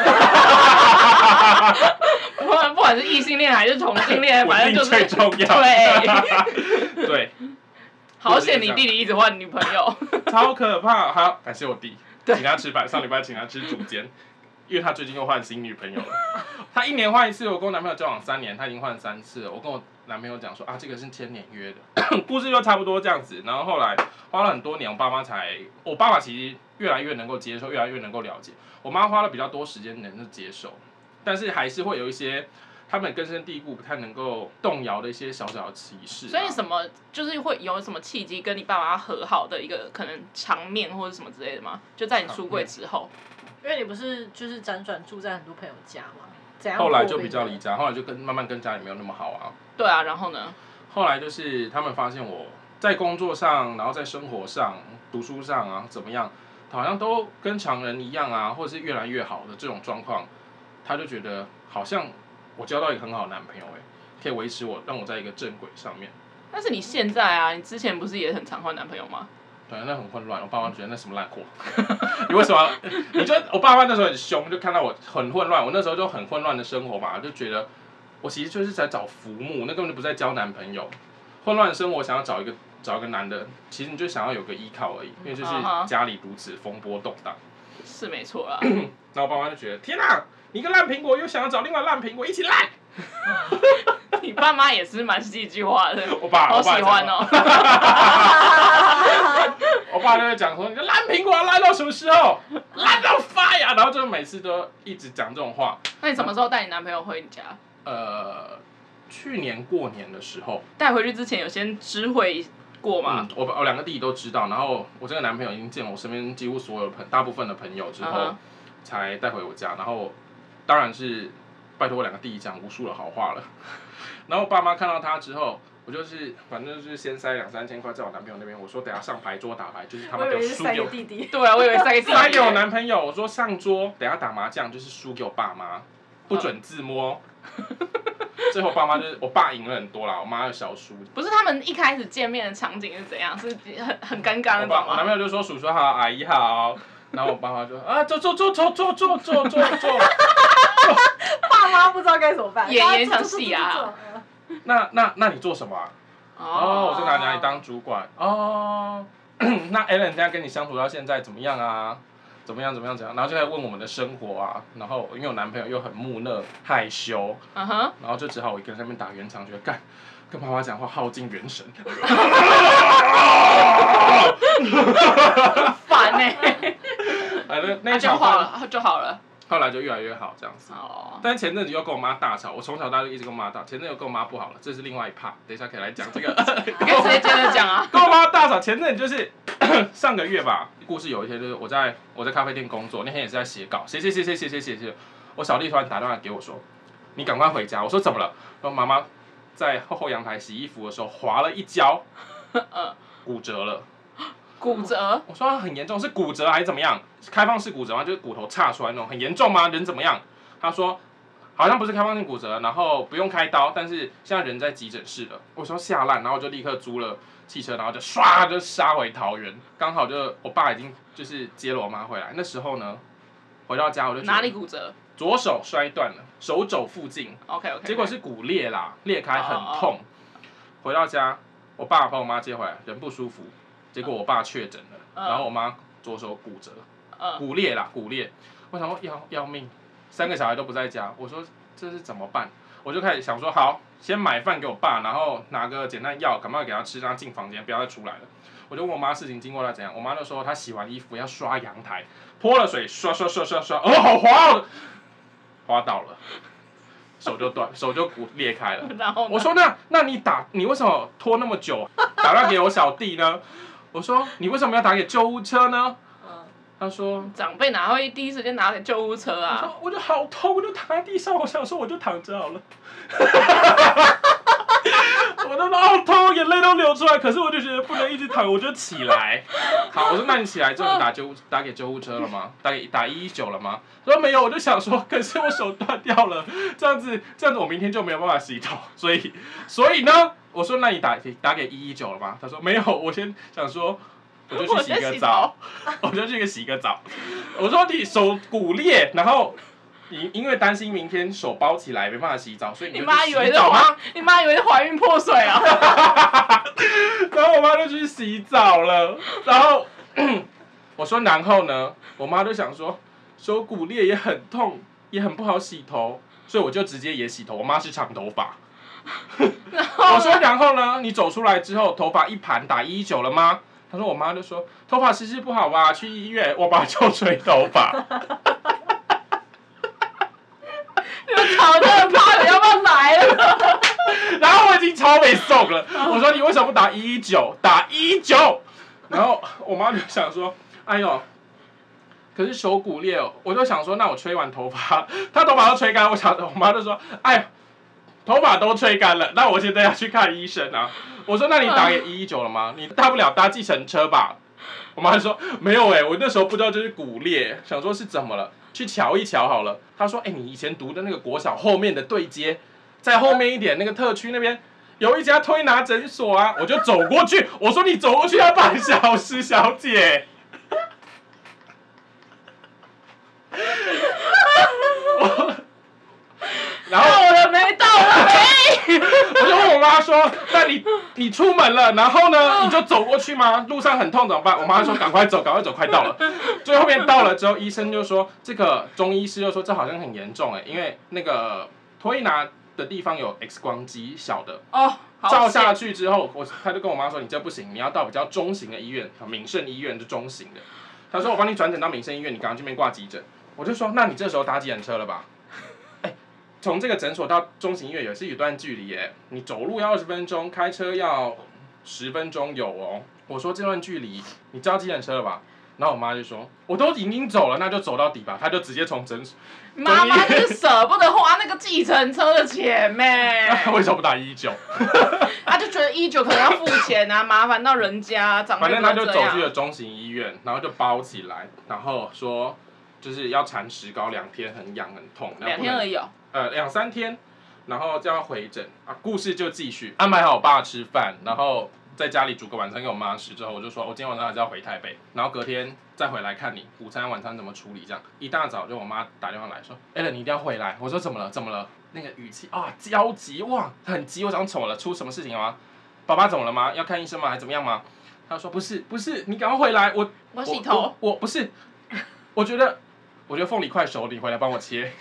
不管不管是异性恋还是同性恋，反正就是最重要。 对。 对。 好险你弟弟一直换女朋友。 超可怕！还要感谢我弟，请他吃饭，上礼拜请他吃竹间，因为他最近又换新女朋友了。他一年换一次，我跟我男朋友交往三年，他已经换三次了。我跟我男朋友讲说啊，这个是千年约的，故事就差不多这样子。然后后来花了很多年，我爸妈才，我爸爸其实越来越能够接受，越来越能够了解。我妈花了比较多时间能够接受，但是还是会有一些他们根深蒂固、不太能够动摇的一些小小的歧视、啊。 所以什么就是会有什么契机跟你爸妈和好的一个可能场面或者什么之类的吗？就在你出柜之后。 因为你不是就是辗转住在很多朋友家吗？怎样？ 后来就比较离家，后来就跟慢慢跟家里没有那么好啊。 对啊，然后呢？ 后来就是他们发现我在工作上，然后在生活上、读书上啊怎么样，好像都跟常人一样啊，或者是越来越好的这种状况，他就觉得好像我交到一个很好的男朋友哎、欸，可以维持我让我在一个正轨上面。 但是你现在啊，你之前不是也很常换男朋友吗？ 对，那很混乱，我爸妈觉得那什么烂货，你为什么？你就我爸妈那时候很凶，就看到我很混乱，我那时候就很混乱的生活嘛，就觉得我其实就是在找浮木，那根本就不是在交男朋友。混乱的生活想要找一个找一个男的，其实你就想要有个依靠而已，因为就是家里如此风波动荡。 是没错啦。 然后我爸妈就觉得天啊，你一个烂苹果又想要找另外烂苹果一起烂。 你爸妈也是蛮戏剧化的， 我爸好喜欢哦。 我爸就会讲说：“你的烂苹果要烂到什么时候？烂到发呀！”然后就每次都一直讲这种话。 那你什么时候带你男朋友回你家？ 呃，去年过年的时候。 带回去之前有先知会过吗？ 嗯，我我两个弟弟都知道，然后我这个男朋友已经见了我身边几乎所有朋大部分的朋友之后， uh-huh. 才带回我家。然后当然是拜托我两个弟弟讲无数的好话了。然后我爸妈看到他之后。我就是反正就是先塞两三千块在我男朋友那边，我说等下上牌桌打牌，就是他们给我输给我弟弟。 对啊，我以为塞给弟弟。 塞给我男朋友，我说上桌等下打麻将就是输给我爸妈，不准自摸。最后爸妈就是我爸赢了很多啦，我妈就小输。 不是他们一开始见面的场景是怎样？是很很尴尬那种吗？ 我男朋友就说叔叔好，阿姨好，然后我爸妈就啊坐坐坐坐坐坐坐坐坐。 爸妈不知道该怎么办， 演演一场戏啊。 那那那你做什么啊？哦， oh, 我在哪哪里当主管哦。Oh. 那 Alan 现在跟你相处到现在怎么样啊？怎么样怎么样怎样？然后就在问我们的生活啊。然后因为我男朋友又很木讷害羞，嗯哼， uh-huh. 然后就只好我一个人在那边打圆场，觉得干跟妈妈讲话耗尽元神。 烦哎、欸。 反正那一场就好了，就好了。 后来就越来越好这样子， oh. 但前阵子又跟我妈大吵，我从小到大就一直跟我妈大吵，前阵又跟我妈不好了，这是另外一 part， 等一下可以来讲这个。 你可以直接接着讲啊。 跟我妈大吵，前阵就是上个月吧，故事有一天就是我在我在咖啡店工作，那天也是在写稿，写写写写写写写写，我小弟突然打电话给我说，你赶快回家，我说怎么了？然后妈妈在后后阳台洗衣服的时候滑了一跤，骨折了。 骨折？ 我说很严重，是骨折还是怎么样？开放式骨折吗？就是骨头岔出来那种，很严重吗？人怎么样？他说好像不是开放性骨折，然后不用开刀，但是现在人在急诊室了。我说吓烂，然后我就立刻租了汽车，然后就唰就杀回桃园，刚好就我爸已经就是接了我妈回来。那时候呢，回到家我就觉得哪里骨折？ 左手摔断了，手肘附近。 OK OK。 结果是骨裂啦，裂开很痛。Oh, oh. 回到家，我爸把我妈接回来，人不舒服。结果我爸确诊了，嗯、然后我妈左手骨折，嗯、骨裂啦，骨裂。我想说要要命，三个小孩都不在家，我说这是怎么办？我就开始想说，好，先买饭给我爸，然后拿个简单药，赶快给他吃，让他进房间，不要再出来了。我就问我妈事情经过她怎样，我妈就说她洗完衣服要刷阳台，泼了水刷刷刷刷刷，哦好滑哦，滑倒了。手就断，手就骨裂开了。 然后我说那那你打你为什么拖那么久？打电话给我小弟呢？我说你为什么要打给救护车呢？嗯、他说长辈哪会第一时间打给救护车啊？ 我说我就好痛，我就躺在地上，我想说我就躺着好了。我都好痛，眼泪都流出来，可是我就觉得不能一直躺，我就起来。好，我说那你起来之后你打救打给救护车了吗？打给打一一九了吗？他说没有，我就想说，可是我手断掉了，这样子这样子我明天就没有办法洗头，所以所以呢，我说那你打打给一一九了吗？他说没有，我先想说。我就去洗个澡，我就去洗个澡。我说你手骨裂，然后你因为担心明天手包起来没办法洗澡，所以你就去洗澡吗？ 你妈以为是怀孕破水啊？ 然后我妈就去洗澡了，然后我说然后呢，我妈就想说手骨裂也很痛，也很不好洗头，所以我就直接也洗头。我妈是长头发。我说然后呢，你走出来之后头发一盘打一一九了吗？他说我妈就说头发湿湿不好吧，去医院，我爸就吹头发。 你们吵得很怕，你要不要来了？ 然后我已经超没送了，我说你为什么不打一一九？打一一九。然后我妈就想说，哎呦，可是手骨裂哦，我就想说，那我吹完头发，她头发都吹干，我想，我妈就说，哎呦，头发都吹干了，那我现在要去看医生啊。我说那你打给一一九了吗？你大不了搭计程车吧。我妈说没有哎、欸，我那时候不知道这是骨裂，想说是怎么了，去瞧一瞧好了。她说哎、欸，你以前读的那个国小后面的对接，在后面一点那个特区那边有一家推拿诊所啊，我就走过去，我说你走过去要半小时，小姐。我然后到了没？到了没？ 我就问我妈说：“那你你出门了，然后呢，你就走过去吗？路上很痛怎么办？”我妈说：“赶快走，赶快走，快到了。”最后面到了之后，医生就说：“这个中医师就说这好像很严重哎，因为那个推拿的地方有 X 光机小的。” 哦。 照下去之后，我他就跟我妈说：“你这不行，你要到比较中型的医院，敏盛医院是中型的。”他说：“我帮你转诊到敏盛医院，你赶快去那边挂急诊。”我就说：“那你这时候搭计程车了吧？”哎，从这个诊所到中型医院也是有一段距离耶，你走路要二十分钟，开车要十分钟有哦。我说这段距离，你叫计程车了吧？然后我妈就说：“我都已经走了，那就走到底吧。”她就直接从诊所。 妈妈就是舍不得花那个计程车的钱咩？ 那为什么不打一九？ 他就觉得一九可能要付钱啊，麻烦到人家，长辈反正他就走去了了中型医院，然后就包起来，然后说就是要缠石膏两天，很痒很痛。 两天而已哦。 呃，两三天，然后就要回诊啊。故事就继续，安排好我爸吃饭，然后在家里煮个晚餐给我妈吃之后，我就说我今天晚上还是要回台北，然后隔天再回来看你午餐晚餐怎么处理这样。一大早就我妈打电话来说 ，Allen 你一定要回来。我说怎么了？怎么了？那个语气啊焦急哇，很急。我想怎么了？出什么事情了吗？爸爸怎么了吗？要看医生吗？还是怎么样吗？他说不是不是，你赶快回来，我我洗头， 我, 我不是，我觉得我觉得凤梨快熟，你回来帮我切。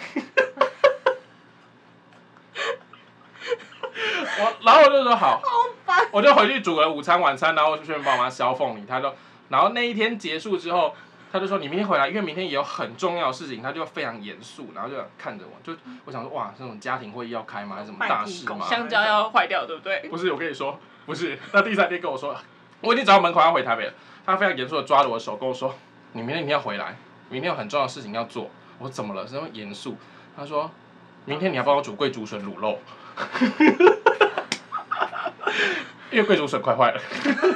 我然后我就说好，我就回去煮了午餐晚餐，然后就顺便帮我妈削凤梨。他说，然后那一天结束之后，他就说你明天回来，因为明天也有很重要的事情，他就非常严肃，然后就看着我，就我想说哇，这种家庭会议要开吗？还是什么大事吗？ 香蕉要坏掉，对不对？ 不是，我跟你说，不是。那第三天跟我说，我已经找到门口要回台北了，他非常严肃的抓着我的手跟我说，你明天一定要回来，明天有很重要的事情要做。我说怎么了？这么严肃？他说，明天你要帮我煮桂竹笋卤肉。因为桂竹笋快坏了。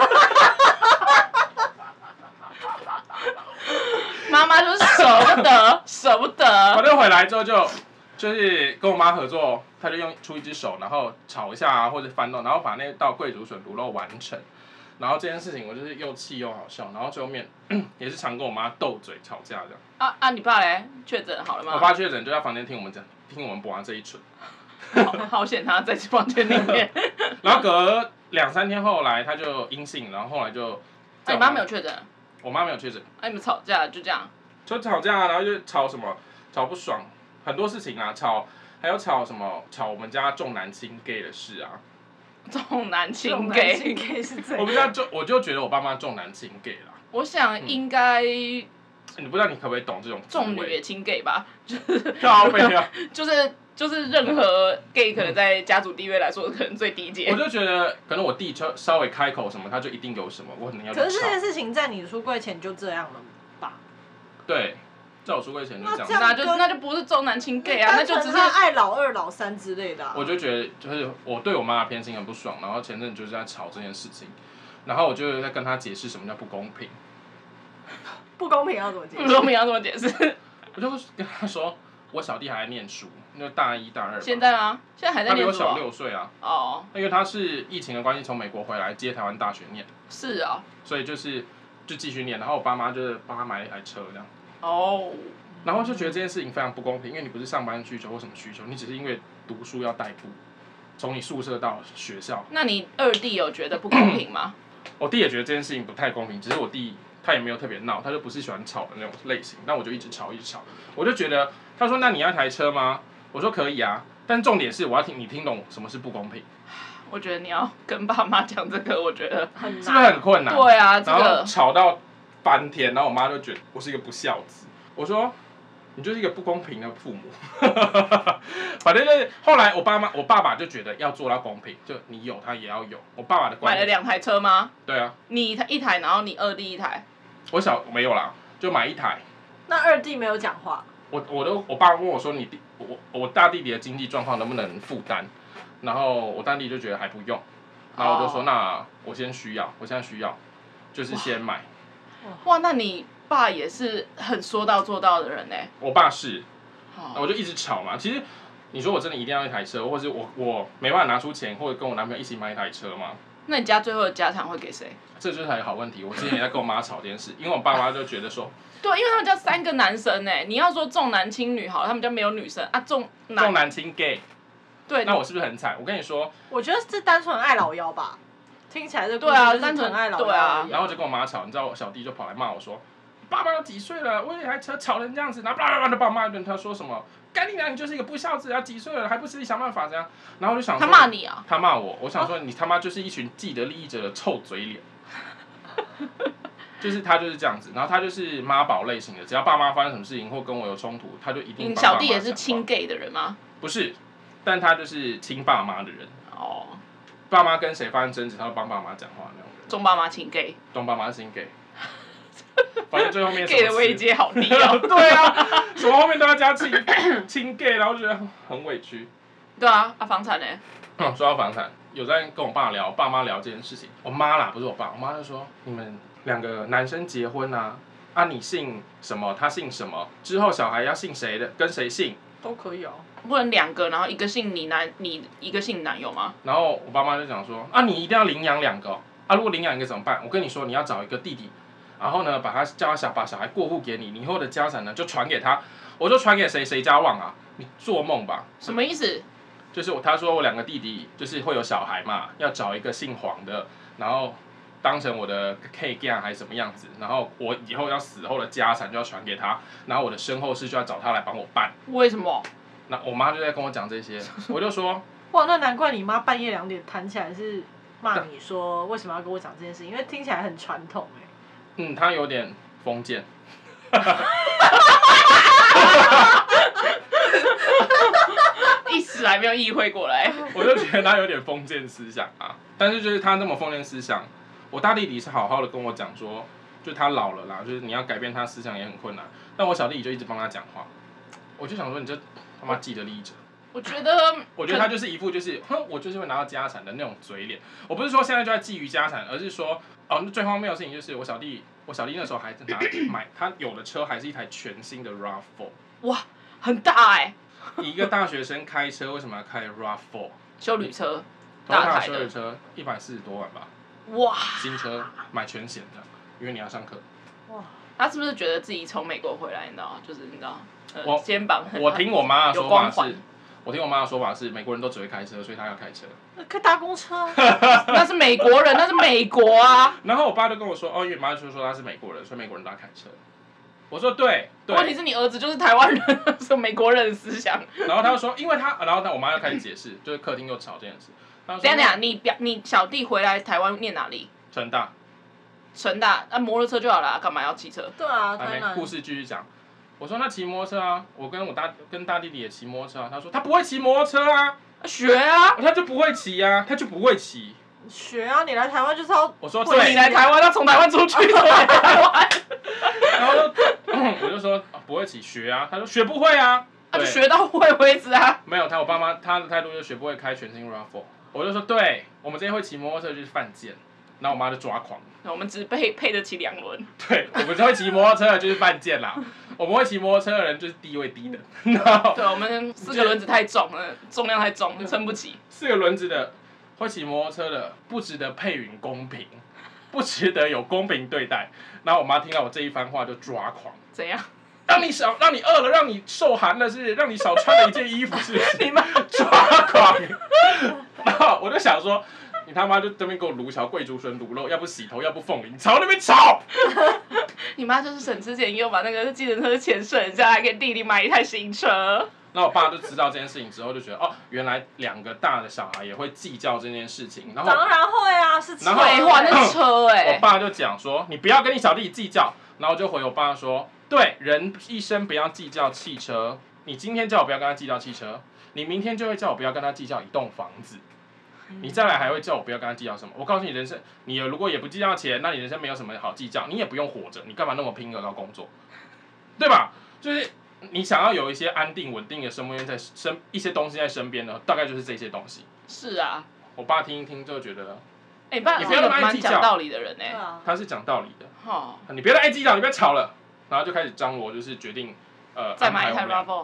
妈妈就是舍不得，舍不得。 反正回来之后就就是跟我妈合作，她就用出一只手，然后炒一下啊，或者翻动，然后把那道桂竹笋卤肉完成。然后这件事情我就是又气又好笑，然后最后面也是常跟我妈斗嘴吵架这样。 啊啊！你爸嘞？确诊好了吗？ 我爸确诊就在房间听我们讲，听我们播完这一出。 好, 好险他在房间里面。 然后隔两三天后来他就阴性，然后后来就。 哎、啊，你妈没有确诊？ 我妈没有确诊。 哎、啊，你们吵架就这样？ 就吵架，然后就吵什么，吵不爽，很多事情啊，吵，还有吵什么，吵我们家重男轻 gay 的事啊。 重男轻 gay。 重男轻 gay 是怎样？ 我们家就我就觉得我爸妈重男轻 gay 啦。 我想应该、嗯。 你不知道你可不可以懂这种？ 重女也轻 gay 吧，就是靠背啊， 就是就是任何 gay 可能在家族地位来说可能最低阶。 我就觉得可能我弟就稍微开口什么，他就一定有什么，我可能要。 可是这件事情在你出柜前就这样了吧？ 对，在我出柜前就这样。 那就那就不是重男轻 gay 啊，那就只是爱老二老三之类的、啊。 我就觉得就是我对我妈的偏心很不爽，然后前阵就是在吵这件事情，然后我就在跟他解释什么叫不公平。 不公平要怎么解释？ 不公平要怎么解释？ 我就跟他说，我小弟还在念书，那大一、大二。 现在吗？现在还在念书、哦。 他比我小六岁啊。 哦。 因为他是疫情的关系从美国回来接台湾大学念。 是啊、哦。 所以就是就继续念，然后我爸妈就是帮他买了一台车这样。 哦。 然后就觉得这件事情非常不公平，因为你不是上班需求或什么需求，你只是因为读书要代步，从你宿舍到学校。 那你二弟有觉得不公平吗？ 我弟也觉得这件事情不太公平，只是我弟。他也没有特别闹，他就不是喜欢吵的那种类型，那我就一直吵一直吵，我就觉得，他说那你要台车吗？我说可以啊，但重点是我要听你听懂什么是不公平。 我觉得你要跟爸妈讲这个，我觉得很难， 是不是很困难？ 对啊，这个。 然后吵到翻天，然后我妈就觉得我是一个不孝子，我说你就是一个不公平的父母。反正就是后来我爸妈，我爸爸就觉得要做到公平，就你有他也要有。我爸爸的观念。买了两台车吗？ 对啊。 你一台，然后你二弟一台。 我小没有啦，就买一台。 那二弟没有讲话。 我我都我爸问我说你弟我我大弟弟的经济状况能不能负担，然后我大弟就觉得还不用，然后我就说、oh. 那我先需要，我现在需要，就是先买。 哇，那你爸也是很说到做到的人呢。 我爸是， oh. 我就一直吵嘛。其实你说我真的一定要一台车，或者我我没办法拿出钱，或者跟我男朋友一起买一台车吗？ 那你家最后的家产会给谁？ 这就是一个好问题。我之前也在跟我妈吵这件事，因为我爸妈就觉得说， 对，因为他们家三个男生哎，你要说重男轻女好，他们家没有女生啊，重男重男轻 gay。 对， 那我是不是很惨？我跟你说， 我觉得是单纯爱老幺吧，听起来这对啊， 单纯爱老幺。 对啊， 然后就跟我妈吵，你知道我小弟就跑来骂我说，爸爸都几岁了，为一台车吵成这样子，然后叭叭叭就把我骂一顿，他说什么？干你娘！你就是一个不孝子啊！几岁了还不自己想办法这样？然后我就想说， 他骂你啊？ 他骂我，我想说你他妈就是一群既得利益者的臭嘴脸。就是他就是这样子，然后他就是妈宝类型的，只要爸妈发生什么事情或跟我有冲突，他就一定帮爸妈讲话。 你小弟也是亲 gay 的人吗？ 不是，但他就是亲爸妈的人。 哦。 爸妈跟谁发生争执，他会帮爸妈讲话那种人。 中爸妈亲 gay。 中爸妈是亲 gay。反正最后面 gay 的位阶好低哦。 对啊，什么后面都要加亲亲 gay， 然后觉得很委屈。 对啊，啊房产呢？ 嗯，说到房产，有在跟我爸聊，爸妈聊这件事情。我妈啦，不是我爸，我妈就说你们两个男生结婚啊，啊你姓什么，他姓什么，之后小孩要姓谁的，跟谁姓都可以哦。 不能两个，然后一个姓你男，你一个姓男有吗？ 然后我爸妈就讲说，啊你一定要领养两个、哦，啊如果领养一个怎么办？我跟你说，你要找一个弟弟。然后呢，把他叫他小把小孩过户给你，你以后的家产呢就传给他，我就传给谁谁家旺啊？你做梦吧！ 什么意思？ 就是我他说我两个弟弟就是会有小孩嘛，要找一个姓黄的，然后当成我的 K 干还是什么样子，然后我以后要死后的家产就要传给他，然后我的身后事就要找他来帮我办。 为什么？ 那我妈就在跟我讲这些，我就说哇，那难怪你妈半夜两点弹起来是骂你说为什么要跟我讲这件事，因为听起来很传统哎。 嗯，他有点封建。 一时还没有意会过来。 我就觉得他有点封建思想啊，但是就是他那么封建思想，我大弟弟是好好的跟我讲说，就他老了啦，就是你要改变他思想也很困难，但我小弟弟就一直帮他讲话，我就想说你这他妈既得利益者。 我觉得， 我觉得他就是一副就是哼，我就是会拿到家产的那种嘴脸。我不是说现在就在觊觎家产，而是说哦，那最荒谬的事情就是我小弟，我小弟那时候还拿买他有的车还是一台全新的 R A V 四。 哇，很大哎、 欸！一个大学生开车为什么要开 R A V 四？ 休旅车，大台的。 休旅车一百四十多万吧。 哇！ 新车买全险的，因为你要上课。 哇！ 他是不是觉得自己从美国回来，你知道，就是你知道，呃、 我肩膀很我听我妈的说法是。我听我妈的说法是，美国人都只会开车，所以他要开车。 那可以搭公车。 那是美国人，那是美国啊。 然后我爸就跟我说，哦，因为妈就说他是美国人，所以美国人都要开车。我说对，对。 问题是你儿子就是台湾人，是美国人的思想。 然后他就说，因为他，然后那我妈又开始解释，就是客厅又吵这件事。 等一下等一下，你表你小弟回来台湾念哪里？ 成大。 成大，那、啊、摩托车就好了，干嘛要骑车？ 对啊， 还没，故事继续讲。我说那骑摩托车啊，我跟我大跟大弟弟也骑摩托车啊。他说他不会骑摩托车啊， 学啊， 他就不会骑啊，他就不会骑。 学啊，你来台湾就是要。 我说对，你来台湾要从台湾出去，来台湾。 然后就、嗯、我就说、啊、不会骑，学啊。他说学不会啊， 他、啊、就学到会为止啊。 没有，他我爸妈他的态度就是学不会开全新 R A V 四。我就说对，我们这些会骑摩托车就是犯贱。然后我妈就抓狂。 我们只配配得起两轮。 对，我们会骑摩托车的就是犯贱啦。我们会骑摩托车的人就是地位低的。 对，我们四个轮子太重了，重量太重，撑不起。 四个轮子的会骑摩托车的不值得配允公平，不值得有公平对待。然后我妈听到我这一番话就抓狂。 怎样？ 让你少，让你饿了，让你受寒了，是让你少穿了一件衣服，是不是？ 你妈抓狂。然后我就想说。你他妈就这边给我卤炒贵竹笋卤肉，要不洗头，要不凤梨，炒那边炒。 你妈就是省吃俭用，把那个计程车的钱省下来，给弟弟买一台新车。 那我爸就知道这件事情之后，就觉得哦，原来两个大的小孩也会计较这件事情。然后当然会啊，是车。 然后废话，那是车哎、 欸。我爸就讲说，你不要跟你小弟计较。然后就回我爸说，对，人一生不要计较汽车。你今天叫我不要跟他计较汽车，你明天就会叫我不要跟他计较一栋房子。你再来还会叫我不要跟他计较什么？我告诉你，人生你如果也不计较钱，那你人生没有什么好计较，你也不用活着，你干嘛那么拼命要工作，对吧？就是你想要有一些安定稳定的生活在身一些东西在身边呢，大概就是这些东西。 是啊， 我爸听一听就觉得， 哎、欸，爸是一个蛮讲道理的人哎、欸啊， 他是讲道理的。 哦， 你别再爱计较，你不要吵了，然后就开始张罗，就是决定呃， 再买一台 R A V 四。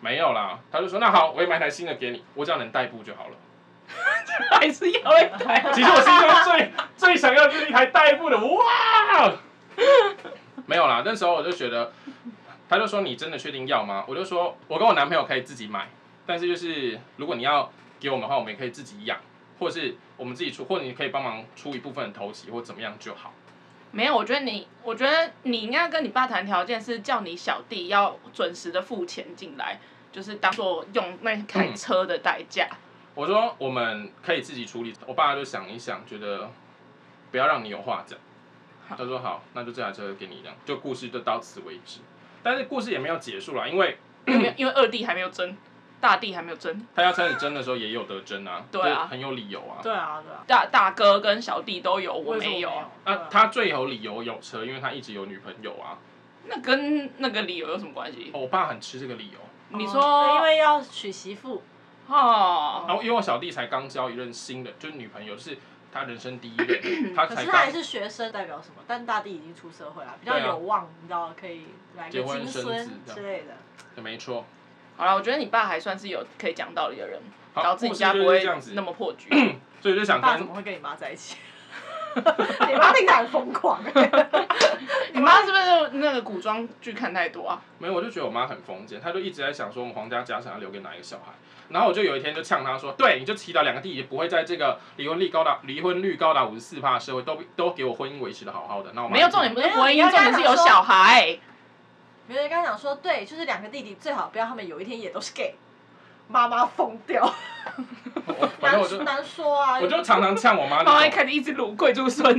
没有啦，他就说那好，我也买台新的给你，我只要能代步就好了。 还是要一台。 其实我心中最最想要的就是一台代步的，哇！没有啦，那时候我就觉得，他就说你真的确定要吗？我就说我跟我男朋友可以自己买，但是就是如果你要给我们的话，我们也可以自己养，或是我们自己出，或者你可以帮忙出一部分的头期或怎么样就好。 没有，我觉得你，我觉得你应该跟你爸谈条件，是叫你小弟要准时的付钱进来，就是当做用那台车的代价。嗯、 我说我们可以自己处理，我爸就想一想，觉得不要让你有话讲。他说好，那就这台车给你这样，就故事就到此为止。但是故事也没有结束啦，因为因为因为二弟还没有争。大弟还没有争， 他要开始争的时候也有得争啊， 对啊， 很有理由啊。 对啊，对啊。 大大哥跟小弟都有，我没有。 啊，他最有理由有车，因为他一直有女朋友啊。 那跟那个理由有什么关系？ 哦、我爸很吃这个理由。 你说， 哦、因为要娶媳妇。 哦。 然后因为我小弟才刚交一任新的，就是女朋友，是他人生第一任，他才。 可是他还是学生，代表什么？但大弟已经出社会了，比较有望，啊、你知道可以来个金孙之类的。 对，没错。 好了，我觉得你爸还算是有可以讲道理的人，导致你家不会那么破局。 所以就想跟。 你爸怎么会跟你妈在一起？你妈听起来很疯狂。 你妈是不是那个古装剧看太多啊？ 没有，我就觉得我妈很封建，她就一直在想说我们皇家家产要留给哪一个小孩。然后我就有一天就呛她说，对，你就祈祷两个弟弟不会在这个离婚率高达离婚率高达五十四趴的社会都都给我婚姻维持的好好的。那我没有重点不是婚姻，重点是有小孩。 没有人刚讲说，对，就是两个弟弟最好不要他们有一天也都是 gay， 妈妈疯掉。 反正我就难说啊。 我就常常呛我妈。 妈妈一开始一直撸贵族孙。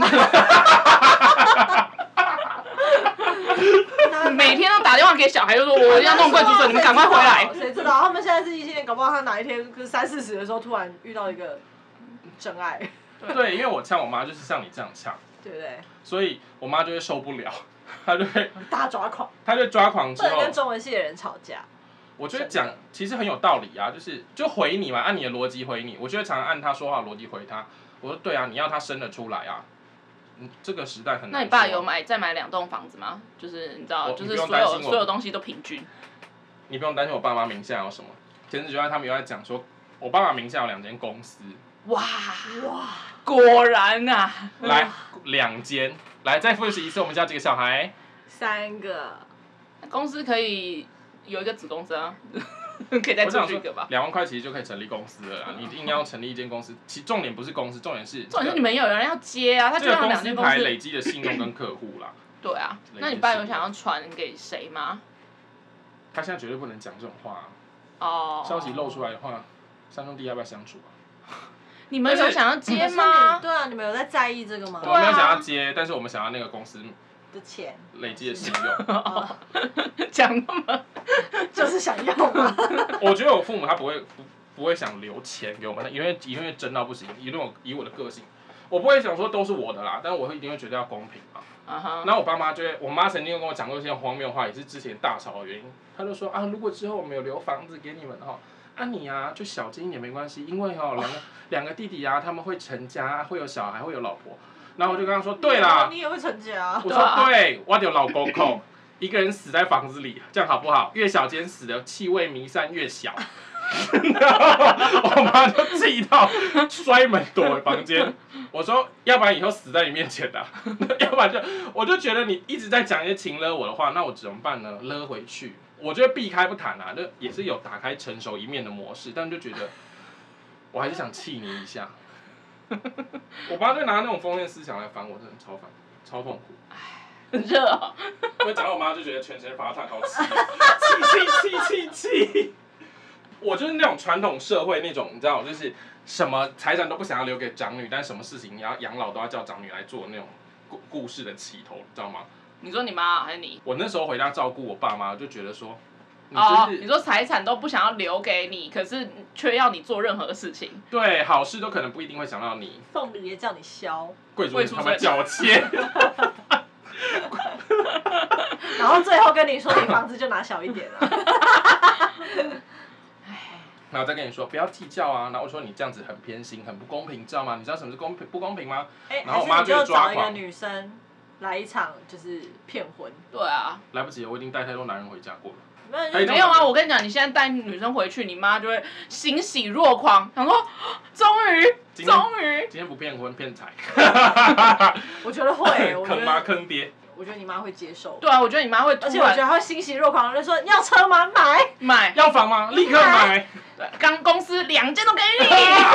每天都打电话给小孩，就说我要弄贵族孙，你们赶快回来。 谁知道他们现在是异性恋，搞不好他哪一天就是三四十的时候突然遇到一个真爱。 对，因为我呛我妈就是像你这样呛， 对不对？ 所以我妈就会受不了。他就会大抓狂， 他就抓狂之后， 不能跟中文系的人吵架。 我觉得讲其实很有道理啊，就是就回你嘛，按你的逻辑回你。我觉得常常按他说话的逻辑回他。我说对啊，你要他生得出来啊。嗯，这个时代很难。 那你爸有买再买两栋房子吗？就是你知道，就是所有所有东西都平均。 你不用担心我爸妈名下有什么。前几天他们有在讲说，我爸妈名下有两间公司。 哇哇，果然啊！ 来两间。来，再复习一次，我们家几个小孩？ 三个。 公司可以有一个子公司啊，可以再出去一个吧。 两万块其实就可以成立公司了啦，你硬要成立一间公司，其重点不是公司，重点是。 重点是你们有人要接啊，他就让两间公司。 这个公司牌累积的信用跟客户啦。 对啊，那你爸有想要传给谁吗？ 他现在绝对不能讲这种话、啊。 哦。 消息露出来的话，三兄弟要不要相处啊？ 你们有想要接吗？ 对啊，你们有在在意这个吗？ 我们没有想要接，但是我们想要那个公司的钱累积的信用。 讲那么， 就是想要嘛。 我觉得我父母他不会不不会想留钱给我们，因为因为真到不行，以我以我的个性，我不会想说都是我的啦，但是我会一定会觉得要公平嘛。 Uh huh. 然后我爸妈就会，我妈曾经跟我讲过一些荒谬话，也是之前大吵的原因。她就说啊，如果之后我们有留房子给你们哈。啊你啊，就小金一点没关系，因为哦两个两个弟弟啊，他们会成家，会有小孩，会有老婆。然后我就跟他说，对啦， 你也会成家。 我说对，我有老公公，一个人死在房子里，这样好不好？越小间死的气味弥散越小。然后我妈就气到摔门躲回房间。我说，要不然以后死在你面前的、啊，要不然就我就觉得你一直在讲一些情勒我的话，那我怎么办呢？勒回去。我觉得避开不谈啊，这也是有打开成熟一面的模式，但就觉得我还是想气你一下。我爸就拿那种封建思想来烦我，真的超烦，超痛苦。 很热哦。 我讲到我妈就觉得全身发烫，好气，气气气气气。我就是那种传统社会那种，你知道，就是什么财产都不想要留给长女，但什么事情你要养老都要叫长女来做那种故故事的起头，你知道吗？ 你说你妈还是你？ 我那时候回家照顾我爸妈，就觉得说， 你就是、哦、你说财产都不想要留给你，可是却要你做任何事情。 对，好事都可能不一定会想到你。 凤梨也叫你削。 贵族他们叫我切。 然后最后跟你说，你房子就拿小一点了。 然后再跟你说不要计较啊，然后我说你这样子很偏心，很不公平，知道吗？你知道什么是公平不公平吗？ 欸、 然后我妈就会抓狂。还是你就找一个女生来一场就是骗婚。 对啊。 来不及了，我已经带太多男人回家过了。 没有啊，我跟你讲，你现在带女生回去，你妈就会欣喜若狂，想说终于终于， 今天不骗婚骗财。 我觉得会， 坑妈坑爹。 我觉得你妈会接受。 对啊，我觉得你妈会， 而且我觉得她会欣喜若狂，就说要车吗？买买， 要房吗？立刻买。 对，刚公司两件都给你。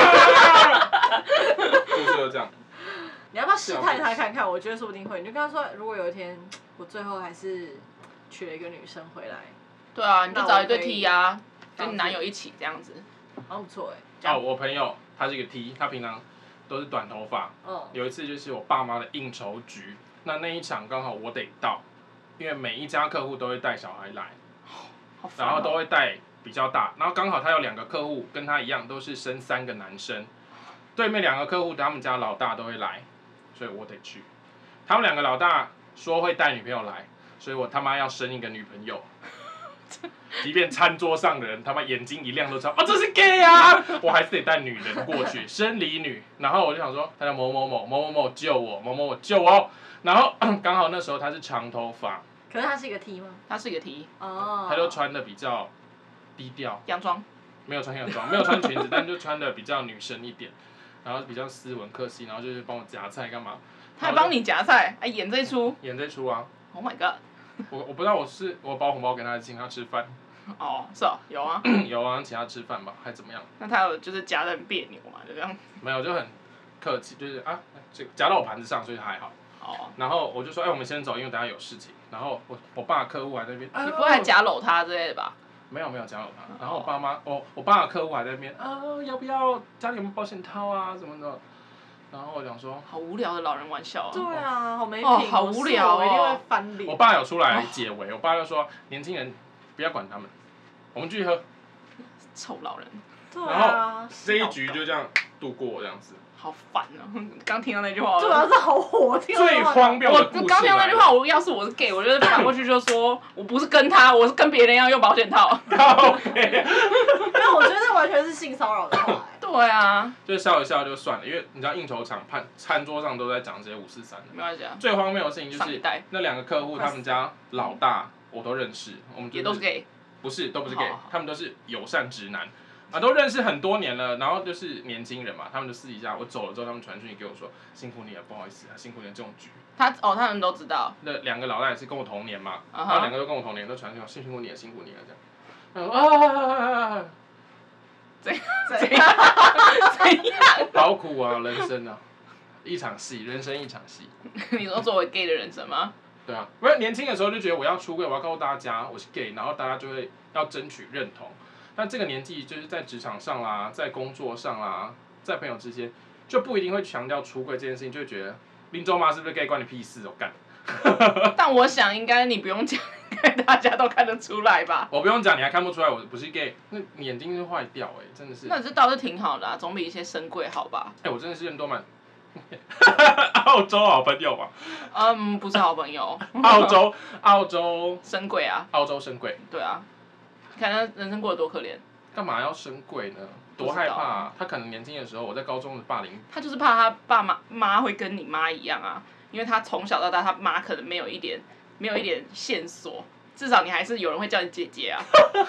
就是就这样。 你要不要试探她看看？我觉得说不定会。你就跟她说，如果有一天我最后还是娶了一个女生回来。 对啊，你就找一对 T 啊，跟你男友一起这样子。 好不错哎。 哦，我朋友他是一个 T， 他平常都是短头发。嗯。有一次就是我爸妈的应酬局。那那一场刚好我得到，因为每一家客户都会带小孩来， 哦、 然后都会带比较大，然后刚好他有两个客户跟他一样都是生三个男生，对面两个客户他们家老大都会来，所以我得去。他们两个老大说会带女朋友来，所以我他妈要生一个女朋友。即便餐桌上的人他妈眼睛一亮都知道，哦这是 gay 啊，我还是得带女人过去，生理女。然后我就想说，他叫某某某某某某救我，某某某救我。然后刚好那时候他是长头发， 可是他是一个 T 吗？ 他是一个 T。 哦。 他就穿的比较低调。 洋装。 没有穿洋装，没有穿裙子，但就穿的比较女生一点，然后比较斯文客气，然后就是帮我夹菜干嘛。 他还帮你夹菜，还演这一出。 演这出啊。 Oh my god。 我我不知道我是我包红包给他，请他吃饭。 哦，是哦，有啊。 有啊，请他吃饭吧，还怎么样？ 那他有就是夹得很别扭嘛，就这样。 没有，就很客气，就是啊，这夹到我盘子上，所以还好。 哦。 然后我就说，哎、欸，我们先走，因为等下有事情。然后我我爸的客户还在那边。 你不会还夹搂他之类的吧？ 没有没有夹搂他。然后我爸妈，我我爸的客户还在那边啊，要不要家里有没有保险套啊什么的。然后我讲说， 好无聊的老人玩笑啊！ 对啊，好没品， 哦，好无聊哦，一定会翻脸。 我爸有出来解围，我爸就说，年轻人不要管他们，我们继续喝。 臭老人。 对啊。 然后这一局就这样度过，这样子。 好烦啊！刚听到那句话， 对啊，这好火！ 最荒谬的故事。 我刚听到那句话，我要是我是 gay， 我就反过去就说，我不是跟他，我是跟别人要用保险套。 靠北。 那我觉得这完全是性骚扰的话。 对啊。 就笑一笑就算了，因为你知道应酬场餐餐桌上都在讲这些五四三的。 没关系啊。 最荒谬的事情就是那两个客户，他们家老大我都认识，我们、就是、 也都是 gay。 不是，都不是 gay， 他们都是友善直男。啊，都认识很多年了，然后就是年轻人嘛，他们就私底下我走了之后，他们传讯息给我说，辛苦你了，不好意思啊，辛苦你了这种局。 他哦，他们都知道。 那两个老大也是跟我同年嘛， uh-huh. 然后两个都跟我同年，都传讯息辛苦你了，辛苦你了这样。啊， 怎怎样？怎样？ 好苦啊，人生啊，一场戏，人生一场戏。 你说作为 gay 的人生吗？ 对啊，因为年轻的时候就觉得我要出柜，我要告诉大家我是 gay， 然后大家就会要争取认同。但这个年纪就是在职场上啦，在工作上啦，在朋友之间，就不一定会强调出柜这件事情，就会觉得林州妈是不是 gay 关你屁事哦干。 但我想应该你不用讲，应该大家都看得出来吧？ 我不用讲，你还看不出来我不是 gay， 那你眼睛是坏掉哎、欸，真的是。 那这倒是挺好的啊，总比一些深柜好吧？ 哎、欸，我真的是人多蛮。澳洲好朋友嘛？ 嗯，不是好朋友。 澳洲，澳洲。 深柜啊。 澳洲深柜。 对啊。看他人生过得多可怜。 干嘛要升柜呢？多害怕啊！他可能年轻的时候，我在高中的霸凌。 他就是怕他爸妈妈会跟你妈一样啊，因为他从小到大，他妈可能没有一点没有一点线索，至少你还是有人会叫你姐姐啊。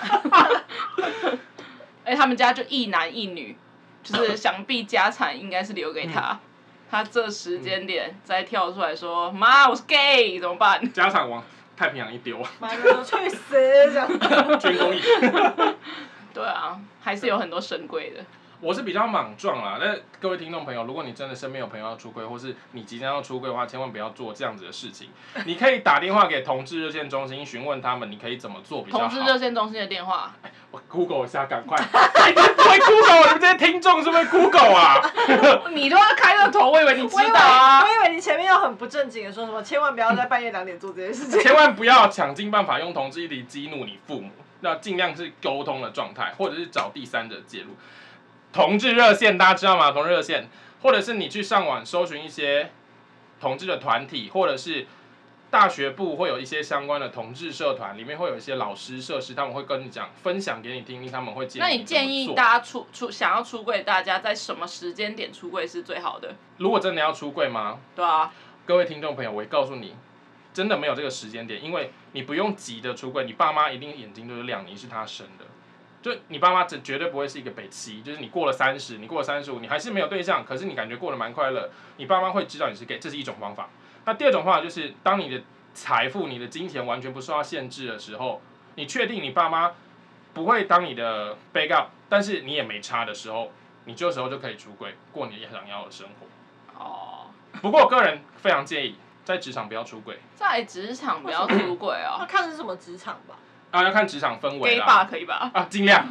哎，他们家就一男一女，就是想必家产应该是留给他。嗯、他这时间点再跳出来说：“妈，我是 gay， 怎么办？” 家产往太平洋一丢。 妈就去死这样。 军公益。 对啊，还是有很多神柜的。 我是比较莽撞啦，但各位听众朋友，如果你真的身边有朋友要出柜，或是你即将要出柜的话，千万不要做这样子的事情。你可以打电话给同志热线中心询问他们，你可以怎么做比较好。 同志热线中心的电话， 我 Google 一下，赶快！你们不会 Google， 你们这些听众是不是 Google 啊？ 你都要开这个头，我以为你知道啊。 我以为你前面要很不正经的说什么，千万不要在半夜两点做这件事情。 千万不要想尽办法用同志议题激怒你父母，要尽量是沟通的状态，或者是找第三者介入。同志热线大家知道吗？同志热线，或者是你去上网搜寻一些同志的团体，或者是大学部会有一些相关的同志社团，里面会有一些老师、社师，他们会跟你讲，分享给你听听，他们会建议你怎么做。 那你建议大家出出想要出柜，大家在什么时间点出柜是最好的？ 如果真的要出柜吗？ 对啊。 各位听众朋友，我也告诉你，真的没有这个时间点，因为你不用急的出柜，你爸妈一定眼睛都是亮，你是他生的。就你爸妈绝对不会是一个北七，就是你过了三十，你过了三十五，你还是没有对象，可是你感觉过得蛮快乐，你爸妈会知道你是 gay， 这是一种方法。那第二种方法就是，当你的财富、你的金钱完全不受到限制的时候，你确定你爸妈不会当你的 backup， 但是你也没差的时候，你这时候就可以出柜，过你想要的生活。哦。不过我个人非常建议，在职场不要出柜。 在职场不要出柜哦。 要看是什么职场吧。 啊，要看职场氛围啦。 gay bar 可以吧？ 啊，尽量。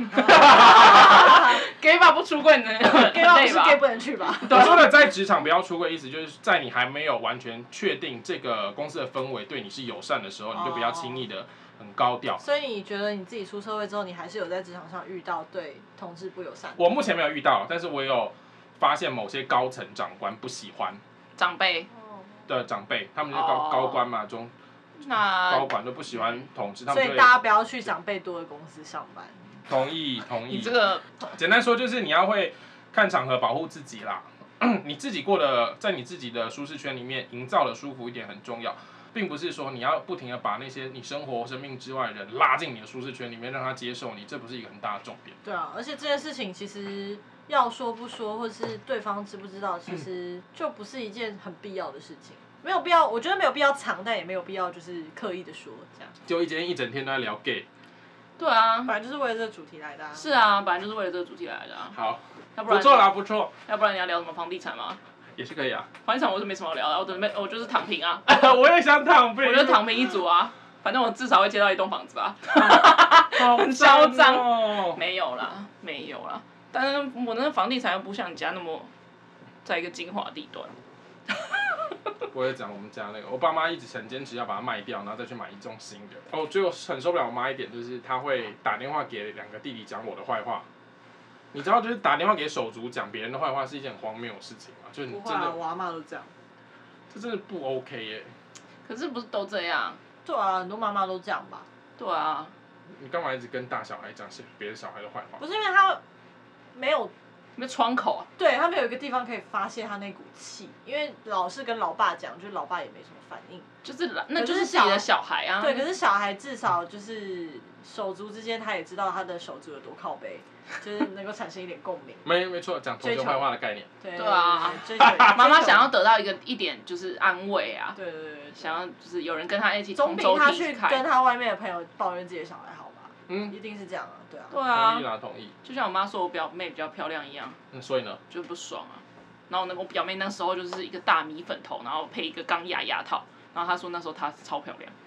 gay bar 不出柜呢 ？gay bar 不是 gay 不能去吧？ 我说的在职场不要出柜，意思就是在你还没有完全确定这个公司的氛围对你是友善的时候，你就不要轻易的很高调。 所以你觉得你自己出社会之后，你还是有在职场上遇到对同志不友善？ 我目前没有遇到，但是我有发现某些高层长官不喜欢长辈的长辈，他们是高、oh. 高官嘛，中。 那高管都不喜欢同志，他们所以大家不要去长辈多的公司上班。 同意同意。 你这个简单说就是你要会看场合保护自己啦。你自己过得在你自己的舒适圈里面营造的舒服一点很重要，并不是说你要不停的把那些你生活生命之外的人拉进你的舒适圈里面，让他接受你，这不是一个很大的重点。 对啊，而且这件事情其实要说不说，或是对方知不知道，其实就不是一件很必要的事情。没有必要，我觉得没有必要藏，但也没有必要就是刻意的说这样。 就一天一整天都在聊 gay。 对啊。 本来就是为了这个主题来的啊。 是啊，本来就是为了这个主题来的啊。 好。 要不然不错啦，不错。 要不然你要聊什么房地产吗？ 也是可以啊。 房地产我是没什么好聊的，我准备我就是躺平啊。 我也想躺平。 我就躺平一族啊，反正我至少会接到一栋房子吧。 很嚣张。没有啦，没有啦。但是我那个房地产又不像你家那么，在一个精华地段。 不会讲我们家那个，我爸妈一直很坚持要把它卖掉，然后再去买一栋新的。哦，最后很受不了我妈一点，就是她会打电话给两个弟弟讲我的坏话。你知道，就是打电话给手足讲别人的坏话是一件很荒谬的事情吗？就是你真的。 不会啊，我阿嬷都这样。 这真的不 OK 耶。 可是不是都这样？ 对啊，很多妈妈都这样吧。 对啊。 你干嘛一直跟大小孩讲别的小孩的坏话？ 不是因为他没有。 没窗口啊？ 对，他们有一个地方可以发泄他那股气，因为老是跟老爸讲，就是老爸也没什么反应。 就是那就是自己的小孩啊。 对，可是小孩至少就是手足之间，他也知道他的手足有多靠背，就是能够产生一点共鸣。 没没错，讲同学坏话的概念。 对对啊， 妈妈想要得到一个一点就是安慰啊。 对对对。 想要就是有人跟他一起总比他去跟他外面的朋友抱怨自己的小孩好吧？嗯，一定是这样啊，对啊。 对啊。 同意啦，同意。 就像我妈说我表妹比较漂亮一样。 嗯，所以呢？ 就不爽啊。然后那我表妹那时候就是一个大米粉头，然后配一个钢牙牙套，然后她说那时候她超漂亮。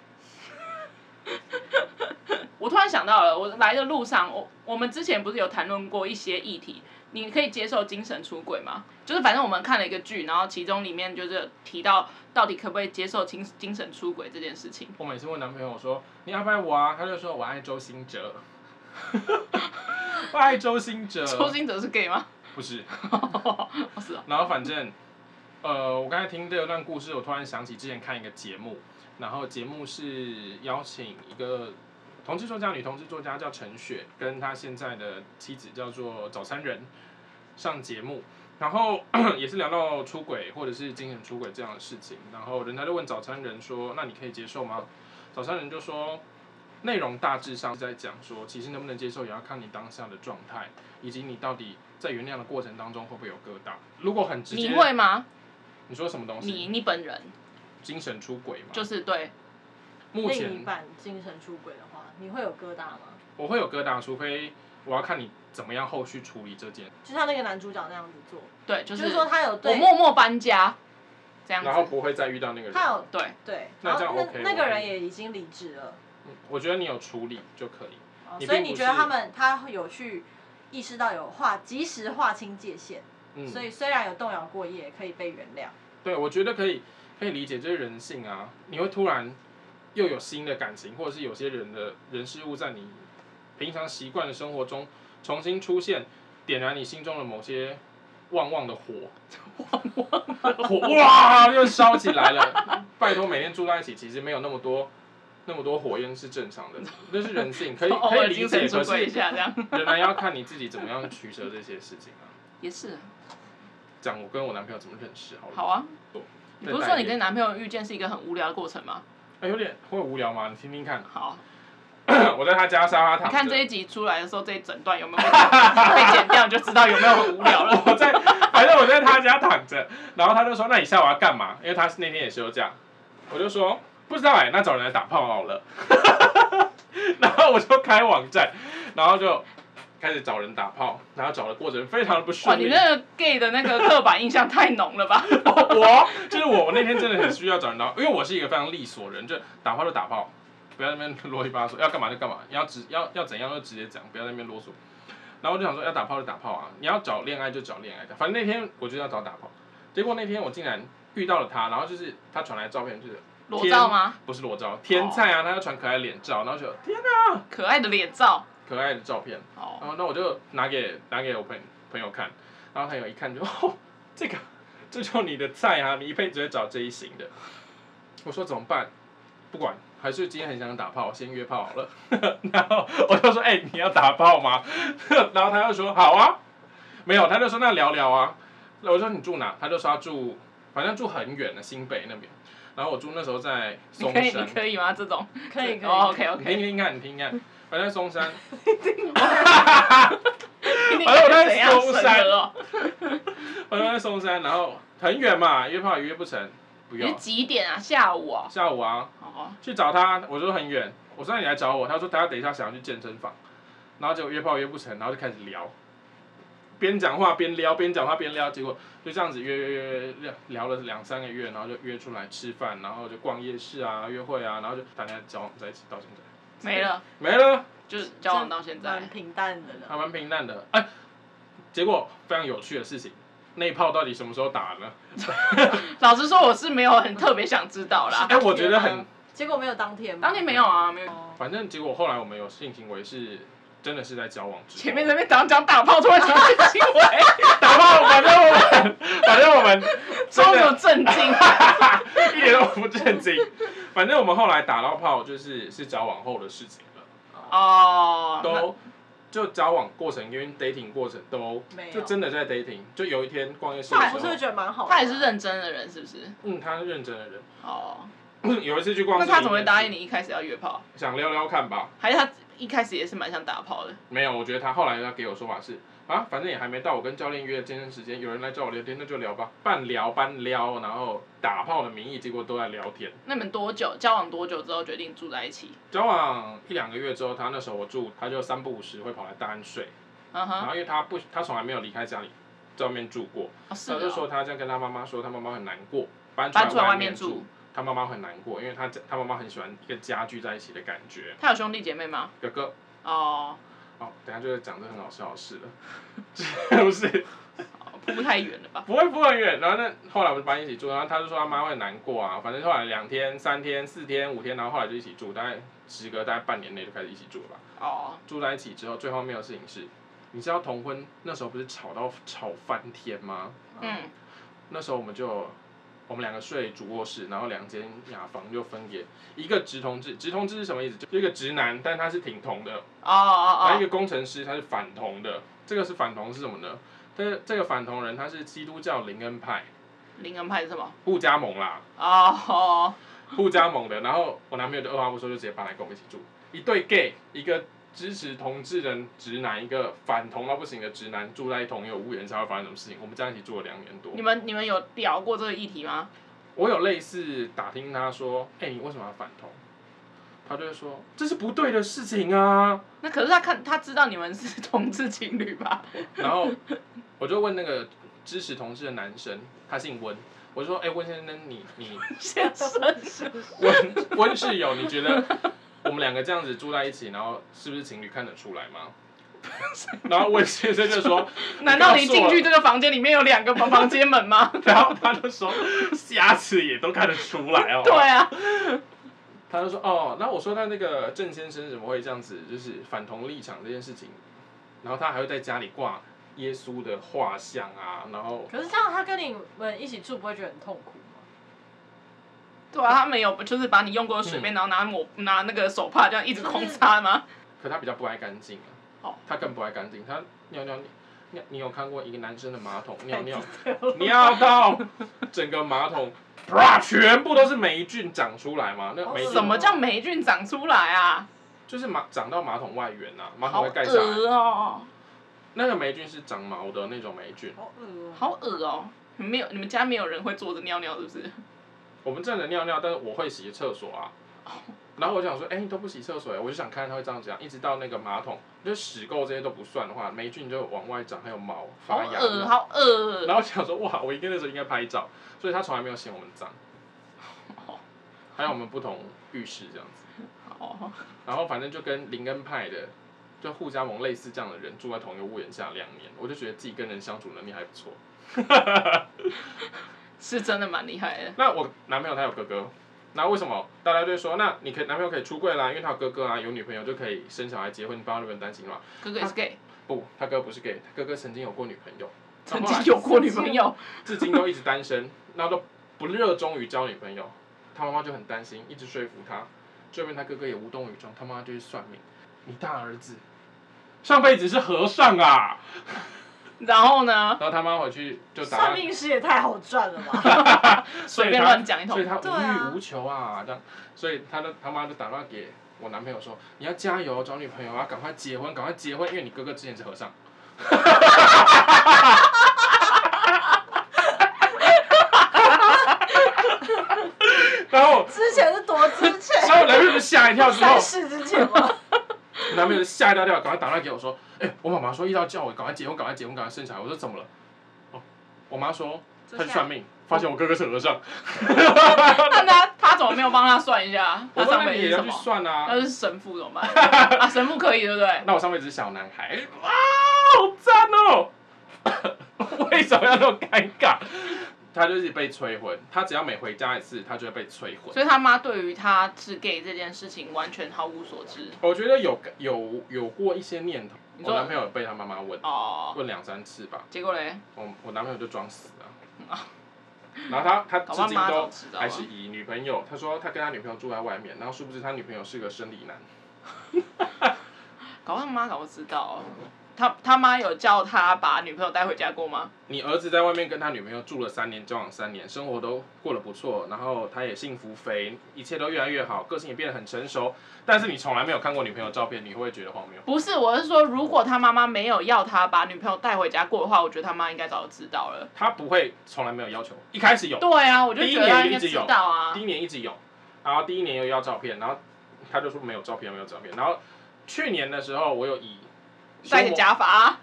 我突然想到了，我来的路上，我我们之前不是有谈论过一些议题，你可以接受精神出轨吗？就是反正我们看了一个剧，然后其中里面就是提到到底可不可以接受精精神出轨这件事情。 我每次问男朋友说你爱不爱我啊，他就说我爱周兴哲。我爱周兴哲。 周兴哲是 gay 吗？ 不是。 是啊。 然后反正，呃，我刚才听这段故事，我突然想起之前看一个节目，然后节目是邀请一个同志作家，女同志作家叫陈雪，跟她现在的妻子叫做早餐人上节目，然后也是聊到出轨或者是精神出轨这样的事情，然后人家就问早餐人说：“那你可以接受吗？”早餐人就说。内容大致上是在讲说，其实能不能接受也要看你当下的状态，以及你到底在原谅的过程当中会不会有疙瘩。如果很直接， 你会吗？ 你说什么东西？ 你你本人精神出轨吗？ 就是对。 目前另一半精神出轨的话，你会有疙瘩吗？ 我会有疙瘩，除非我要看你怎么样后续处理这件。 就像那个男主角那样子做。 对，就是。 就是说他有对。 我默默搬家。这样子。 然后不会再遇到那个人。 他有对对。 那这样 OK。 那个人也已经离职了。 我觉得你有处理就可以。 哦、所以你觉得他们他有去意识到有划及时划清界限，嗯、所以虽然有动摇过，也可以被原谅。 对，我觉得可以可以理解，这是人性啊。你会突然又有新的感情，或者是有些人的人事物在你平常习惯的生活中重新出现，点燃你心中的某些旺旺的火， 旺旺的火哇，又烧起来了。拜托，每天住在一起，其实没有那么多。那么多火焰是正常的，那是人性，可以可以理解，可是仍然要看你自己怎么样取舍这些事情啊。 也是。 讲我跟我男朋友怎么认识好了。 好啊。你不是说你跟男朋友遇见是一个很无聊的过程吗？ 哎，有点会无聊吗？你听听看。 好。 我在他家沙发躺着。 你看这一集出来的时候，这一整段有没有被剪掉，你就知道有没有很无聊了。 我在，反正我在他家躺着，然后他就说：“那你下午要干嘛？”因为他那天也休假，我就说不知道哎、欸，那找人来打炮好了。然后我就开网站，然后就开始找人打炮，然后找的过程非常的不顺利。 哇，你那个 gay 的那个刻板印象太浓了吧？ 我就是我，我那天真的很需要找人打炮，因为我是一个非常利索的人，就打炮就打炮。不要在那边啰里吧嗦，要干嘛就干嘛，要直要要怎样就直接讲，不要在那边啰嗦。然后我就想说，要打炮就打炮啊，你要找恋爱就找恋爱的，反正那天我就要找打炮。结果那天我竟然遇到了他，然后就是他传来的照片就是裸照吗？ 不是裸照，天菜啊，他要传可爱脸照，然后就天哪、啊， 可爱的脸照， 可爱的照片。 哦。 然后那我就拿给拿给我朋朋友看，然后朋友一看就哦，这个这就是你的菜啊，你一辈子会找这一型的。我说怎么办？不管。还是今天很想打炮，先约炮好了。然后我就说，哎、欸，你要打炮吗？然后他就说好啊，没有，他就说那聊聊啊。我说你住哪？他就说他住，反正住很远的新北那边。然后我住那时候在松山。 你可以，你可以吗？这种可以可以。 哦 ，OK OK。 你听听看，你听听看，反正松山。 反正我在松山。 哦。 反正在松山，然后很远嘛，约炮也约不成。 你是几点啊？下午啊？ 下午啊。 哦。 去找他，我说很远，我说你来找我，他说他等一下想要去健身房，然后结果约炮约不成，然后就开始聊，边讲话边撩，边讲话边撩，结果就这样子约约约聊聊了两三个月，然后就约出来吃饭，然后就逛夜市啊，约会啊，然后就大家交往在一起到现在。 没了。 没了。 就是交往到现在。 蛮平淡的呢。 还蛮平淡的，哎，结果非常有趣的事情。那一炮到底什么时候打呢？ 老实说，我是没有很特别想知道啦。 哎，我觉得很。 结果没有当天吗？ 当天没有啊，没有。 反正结果后来我们有性行为是真的是在交往之后。 前面那边讲讲打炮，突然讲性行为。 打炮，反正我们，反正我们超有震惊， 一点都不震惊。反正我们后来打到炮，就是是交往后的事情了。 哦。 都。就交往过程跟 dating 过程都，就真的在 dating。就有一天逛夜市的时候， 我是觉得蛮好的。 他也是认真的人，是不是？ 嗯，他是认真的人。 哦。 有一次去逛市， 那他怎么会答应你一开始要约炮？ 想撩撩看吧。 还是他一开始也是蛮想打炮的？ 没有，我觉得他后来他给我说法是，啊，反正也还没到我跟教练约的健身时间，有人来找我聊天，那就聊吧，半聊半撩，然后打炮的名义，结果都在聊天。 那你们多久交往多久之后决定住在一起？ 交往一两个月之后，他那时候我住，他就三不五时会跑来大安睡。 嗯哼。 然后因为他不，他从来没有离开家里，在外面住过。 哦，是哦。 他就说他这样跟他妈妈说，他妈妈很难过， 搬出来外面住。 他妈妈很难过，因为他他妈妈很喜欢一个家聚在一起的感觉。 他有兄弟姐妹吗？ 哥哥。 哦。 哦，等下就会讲这很好笑的事了，是不是？ 铺太远了吧？ 不会铺很远，然后那后来我们搬一起住，然后他就说他妈会很难过啊，反正后来两天、三天、四天、五天，然后后来就一起住，大概时隔大概半年内就开始一起住了吧。 哦。 住在一起之后，最后面的事情是，你知道同婚那时候不是吵到吵翻天吗？ 嗯。 那时候我们就。我们两个睡主卧室，然后两间雅房就分给一个直同志，直同志是什么意思？就一个直男，但他是挺同的。 哦哦哦。 然后一个工程师他是反同的，这个是反同是什么呢？这这个反同人他是基督教灵恩派。 灵恩派是什么？ 互加盟啦。 哦。 互加盟的，然后我男朋友就二话不说就直接搬来跟我们一起住，一对 gay， 一个支持同志的直男，一个反同到不行的直男，住在同一个屋檐下会发生什么事情？我们这样一起住了两年多。 你们你们有聊过这个议题吗？ 我有类似打听他说，哎、欸，你为什么要反同？他就会说这是不对的事情啊。 那可是他看他知道你们是同志情侣吧？ 然后我就问那个支持同志的男生，他姓温，我就说，哎、欸，温先生，你你先生是温温室友，你觉得我们两个这样子住在一起，然后是不是情侣看得出来吗？然后温先生就说：“ 难道你进去这个房间里面有两个房房间门吗？” 然后他就说：“瞎子也都看得出来哦。” 对啊。 他就说：“哦，那我说他那个郑先生怎么会这样子，就是反同立场这件事情，然后他还会在家里挂耶稣的画像啊，然后…… 可是这样他跟你们一起住不会觉得很痛苦吗？ 对啊，他没有就是把你用过的水杯，嗯、然后拿抹拿那个手帕这样一直空擦吗？ 可他比较不爱干净啊。哦，他更不爱干净，他尿尿尿，你有看过一个男生的马桶尿尿，尿到整个马桶啪，全部都是霉菌长出来嘛。那霉菌什么叫霉菌长出来啊？ 就是马长到马桶外缘啊，马桶好会盖下来。 恶哦、 那个霉菌是长毛的那种霉菌。 好恶哦、 好恶哦、你们没有，你们家没有人会坐着尿尿是不是？ 我们站着尿尿，但是我会洗厕所啊。然后我就想说，哎、欸，你都不洗厕所，我就想看他会这样讲，一直到那个马桶，就屎垢这些都不算的话，霉菌就往外长，还有毛发芽。 好恶，好恶。 然后我想说，哇，我应该那时候应该拍照，所以他从来没有嫌我们脏。还有我们不同浴室这样子。 哦。 然后反正就跟林恩派的，就互加盟类似这样的人住在同一个屋檐下两年，我就觉得自己跟人相处能力还不错。 是真的蛮厉害的。 那我男朋友他有哥哥。那为什么大家就会说，那你可以男朋友可以出柜啦，因为他有哥哥啊，有女朋友就可以生小孩结婚，你爸妈就不用担心了。 哥哥也是 gay？ 不，他哥哥不是 gay， 他哥哥曾经有过女朋友， 曾经有过女朋友， 至今都一直单身，然后都不热衷于交女朋友，他妈妈就很担心，一直说服他，最后他哥哥也无动于衷，他妈妈就去算命，你大儿子上辈子是和尚啊。 然后呢？ 然后他妈回去就打。 算命师也太好赚了吧！ 随便乱讲一通。 所以他无欲无求啊，这样，所以他的他妈就打电话给我男朋友说：“你要加油，找女朋友啊，赶快结婚，赶快结婚，因为你哥哥之前是和尚。”然后之前是多之前？ 然后我男朋友就吓一跳之后。 三世之前吗？ 我男朋友就吓一大跳，赶快打电话给我说：“哎、欸，我妈妈说一定要叫我赶快结婚，赶快结婚，赶快生小孩。”我说：“怎么了？”哦，我妈说她去算命，发现我哥哥是和尚。 那他他怎么没有帮他算一下？他上辈子是什么？ 我说那你也要去算啊。 那是神父怎么办？啊，神父可以对不对？ 那我上辈子是小男孩，哇，好赞哦！为什么要那么尴尬？他就是被催婚，他只要每回家一次，他就会被催婚。 所以他妈对于他是 gay 这件事情完全毫无所知。 我觉得有有有过一些念头，我男朋友被他妈妈问， 哦、 问两三次吧。 结果嘞？ 我我男朋友就装死了。然后他他至今都还是以女朋友，他说他跟他女朋友住在外面，然后殊不知他女朋友是个生理男。 搞他妈搞不知道、哦。他他妈有叫他把女朋友带回家过吗？ 你儿子在外面跟他女朋友住了三年，交往三年，生活都过得不错，然后他也幸福肥，一切都越来越好，个性也变得很成熟。但是你从来没有看过女朋友照片，你会不会觉得荒谬？ 不是，我是说，如果他妈妈没有要他把女朋友带回家过的话，我觉得他妈应该早就知道了。 他不会，从来没有要求，一开始有。 对啊，我就觉得他应该知道啊。 第一年一直有，然后第一年又要照片，然后他就说没有照片，没有照片。然后去年的时候，我有以戴个假发。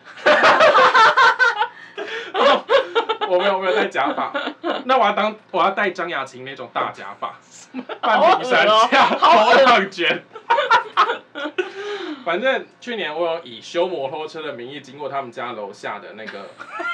我没有我没有戴假发，那我要当我要戴张雅琴那种大假发，半屏山下，头上卷。反正去年我有以修摩托车的名义经过他们家楼下的那个。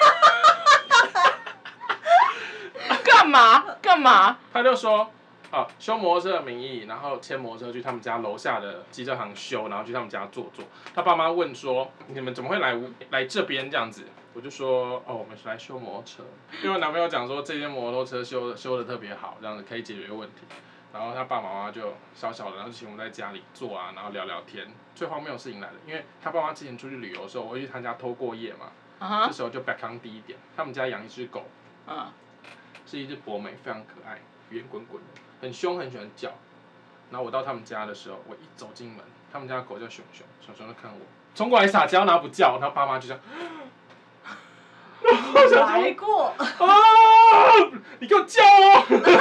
干嘛干嘛？ 他就说。啊，修摩托车的名义，然后牵摩托车去他们家楼下的机车行修，然后去他们家坐坐。他爸妈问说：“你们怎么会来来这边这样子？”我就说：“哦，我们是来修摩托车。”因为我男朋友讲说这间摩托车修修的特别好，这样子可以解决问题。然后他爸爸妈妈就小小的，然后请我们在家里坐啊，然后聊聊天。最荒谬的事情来了，因为他爸妈之前出去旅游的时候，我会去他家偷过夜嘛。Uh-huh. 这时候就 background 低一点，他们家养一只狗， uh. 是一只博美，非常可爱，圆滚滚的。很凶，很喜欢叫。然后我到他们家的时候，我一走进门，他们家的狗叫熊熊，熊熊就看我，冲过来撒娇，然后不叫，然后爸妈就这样。 来过。 啊！你给我叫哦！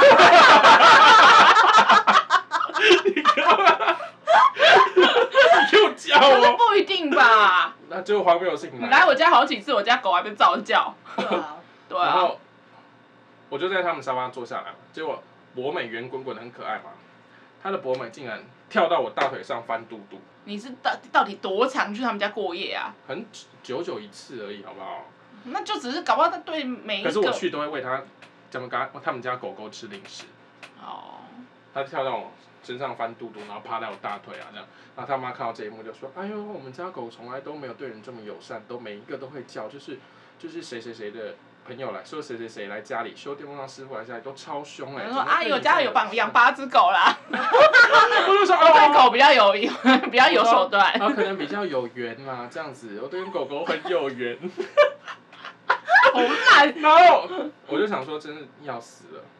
你给我，你给我叫哦！ 可是不一定吧？ 那最后荒谬的事情来。 你来我家好几次，我家狗还被照叫。 对啊。 对啊。 然后我就在他们沙发坐下来了，结果。博美圆滚滚的很可爱嘛，他的博美竟然跳到我大腿上翻肚肚。 你是到到底多常去他们家过夜啊？ 很久久一次而已，好不好？ 那就只是搞不好他对每一个。 可是我去都会喂他，怎么给他们家狗狗吃零食。 哦。 他跳到我身上翻肚肚，然后趴在我大腿啊这样，然后他妈看到这一幕就说：“哎呦，我们家狗从来都没有对人这么友善，都每一个都会叫，就是就是谁谁谁的。”朋友来说谁谁谁来家里，修电风扇师傅来家里都超凶哎、欸！ 我说阿姨，我家里有养养八只狗啦。 我就说哦， 对狗比较有比较有手段。 然后可能比较有缘嘛，这样子，我跟狗狗很有缘。 好烂。 然后我就想说，真是要死了，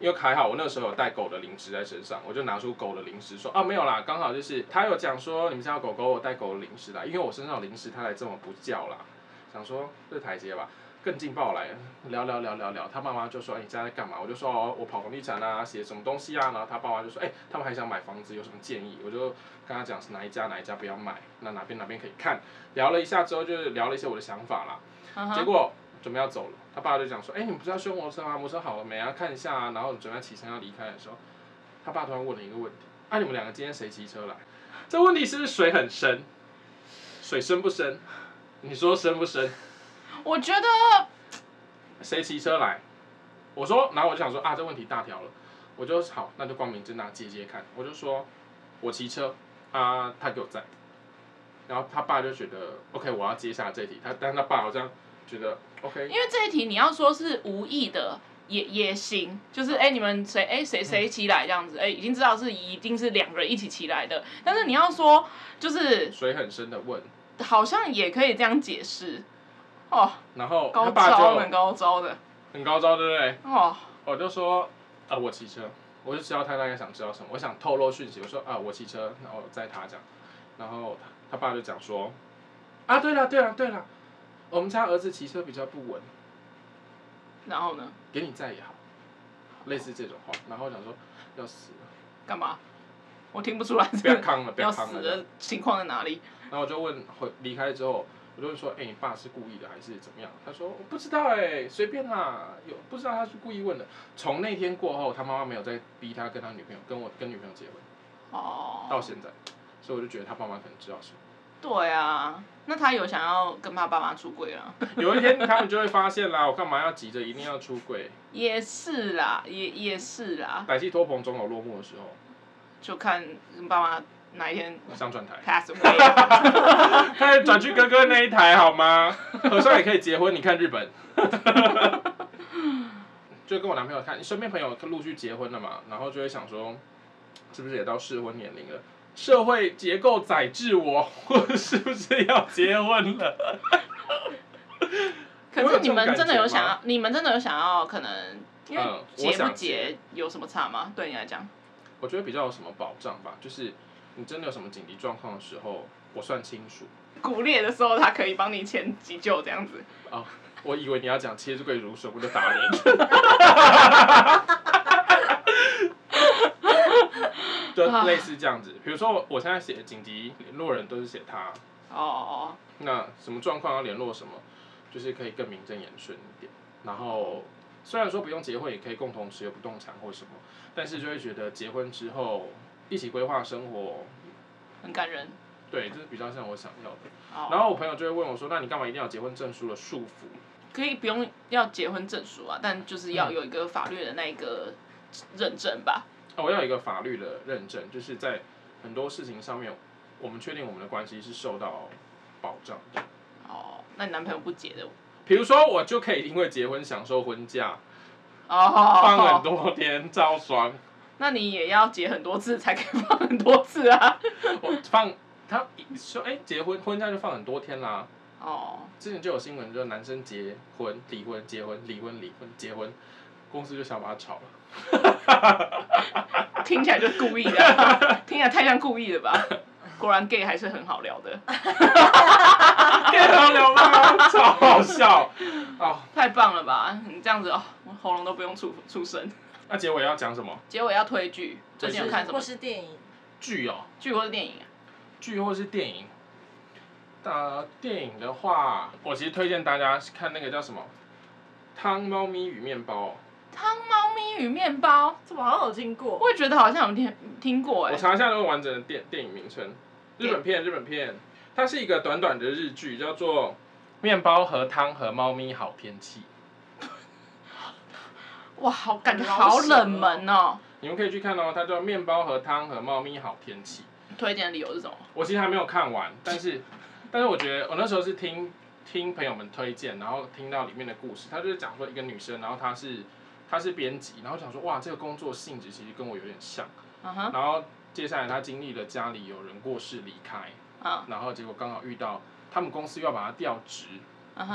因为还好我那个时候有带狗的零食在身上，我就拿出狗的零食说啊没有啦，刚好就是他有讲说你们家有狗狗，我带狗的零食啦，因为我身上有零食，他才这么不叫啦，想说这台阶吧。更劲爆来聊聊聊聊聊，他妈妈就说：“哎、欸，你家在干嘛？”我就说：“哦，我跑房地产啊，写什么东西啊。”然后他爸妈就说：“哎、欸，他们还想买房子，有什么建议？”我就跟他讲是哪一家哪一家不要买，那哪边哪边可以看。聊了一下之后，就聊了一些我的想法啦。Uh-huh. 结果准备要走了，他爸就讲说：“哎、欸，你不是要修摩托车吗？摩托车好了没啊？看一下啊。”然后准备起身要离开的时候，他爸突然问了一个问题：“啊，你们两个今天谁骑车来？”这问题是不是水很深？水深不深？你说深不深？ 我觉得谁骑车来？我说，然后我就想说啊，这问题大条了，我就好，那就光明正大接接看。我就说，我骑车，啊，他给我载。然后他爸就觉得 ，OK， 我要接下这题。他，但是他爸好像觉得 OK。 因为这一题你要说是无意的也也行，就是哎、欸、你们谁哎谁谁骑来这样子，哎、欸、已经知道是一定是两个人一起骑来的。但是你要说就是水很深的问， 好像也可以这样解释。哦， 然后他爸就很高招的， 很高招，对不对？ 哦， 我就说，啊，我骑车，我就知道他大概想知道什么，我想透露讯息，我说啊，我骑车，然后载他这样，然后他他爸就讲说，啊，对了对了对了，我们家儿子骑车比较不稳， 然后呢？ 给你载也好，类似这种话，然后我想说要死了， 干嘛？我听不出来， 不要扛了，不要扛了， 死的情况在哪里？ 然后我就问回离开之后。我就会说，哎、欸，你爸是故意的还是怎么样？他说我不知道哎、欸，随便啦，有不知道他是故意问的。从那天过后，他妈妈没有再逼他跟他女朋友跟我跟女朋友结婚， 哦， 到现在，所以我就觉得他爸妈可能知道什么。 对啊，那他有想要跟他爸妈出柜啊？ 有一天他们就会发现啦，我干嘛要急着一定要出柜？ 也是啦，也也是啦。 百戏托棚总有落幕的时候。 就看爸妈。哪一天上转台 pass away， 他转去哥哥那一台好吗？和尚也可以结婚，你看日本，就跟我男朋友看，你身边朋友陆续结婚了嘛，然后就会想说，是不是也到适婚年龄了？社会结构宰制我，我是不是要结婚了？ 可是你们真的有想要，你们真的有想要可能，因为结不结有什么差吗？对你来讲？ 我觉得比较有什么保障吧，就是。你真的有什么紧急状况的时候，我算清楚。 骨裂的时候，他可以帮你签急救这样子。 哦，我以为你要讲切贵如水，我就打人。就类似这样子，比如说我现在写紧急联络人都是写他。 哦。 那什么状况要联络什么，就是可以更名正言顺一点。然后虽然说不用结婚也可以共同持有不动产或什么，但是就会觉得结婚之后。一起规划生活， 很感人。 对，这是比较像我想要的。 Oh. 然后我朋友就会问我说：“那你干嘛一定要结婚证书的束缚？” 可以不用要结婚证书啊，但就是要有一个法律的那一个认证吧。 哦，我要有一个法律的认证，就是在很多事情上面，我们确定我们的关系是受到保障的。 哦、oh, ，那你男朋友不结的？ 比如说，我就可以因为结婚享受婚假， 哦、 oh. 放很多天照双。 那你也要结很多次才可以放很多次啊！ 我放他说，哎、欸，结婚婚假就放很多天啦。 哦、oh. 之前就有新闻，就是男生结婚、离婚、结婚、离婚、离婚、结婚，公司就想把他炒了。听起来就故意的、啊，听起来太像故意的吧？果然 gay 还是很好聊的。 gay 很好聊吗？超好笑。哦， 太棒了吧！你这样子哦，我喉咙都不用出出声。 那结尾要讲什么？ 结尾要推剧，最近有看什么？ 或是电影。 剧哦。 剧或是电影啊？ 剧或是电影。呃，电影的话，我其实推荐大家看那个叫什么《汤猫咪与面包》。 汤猫咪与面包， 这我好像有听过。 我也觉得好像有听听过哎、欸。 我查一下那个完整的电电影名称，日本片，日本片，它是一个短短的日剧，叫做《面包和汤和猫咪好天气》。 哇，好感觉好冷门哦！ 你们可以去看哦，它叫《面包和汤和猫咪好天气》。 推荐的理由是什么？ 我其实还没有看完，但是，但是我觉得我那时候是听听朋友们推荐，然后听到里面的故事，他就是讲说一个女生，然后她是她是编辑，然后讲说哇，这个工作性质其实跟我有点像， uh-huh. 然后接下来她经历了家里有人过世离开， uh-huh. 然后结果刚好遇到他们公司又要把她调职， uh-huh.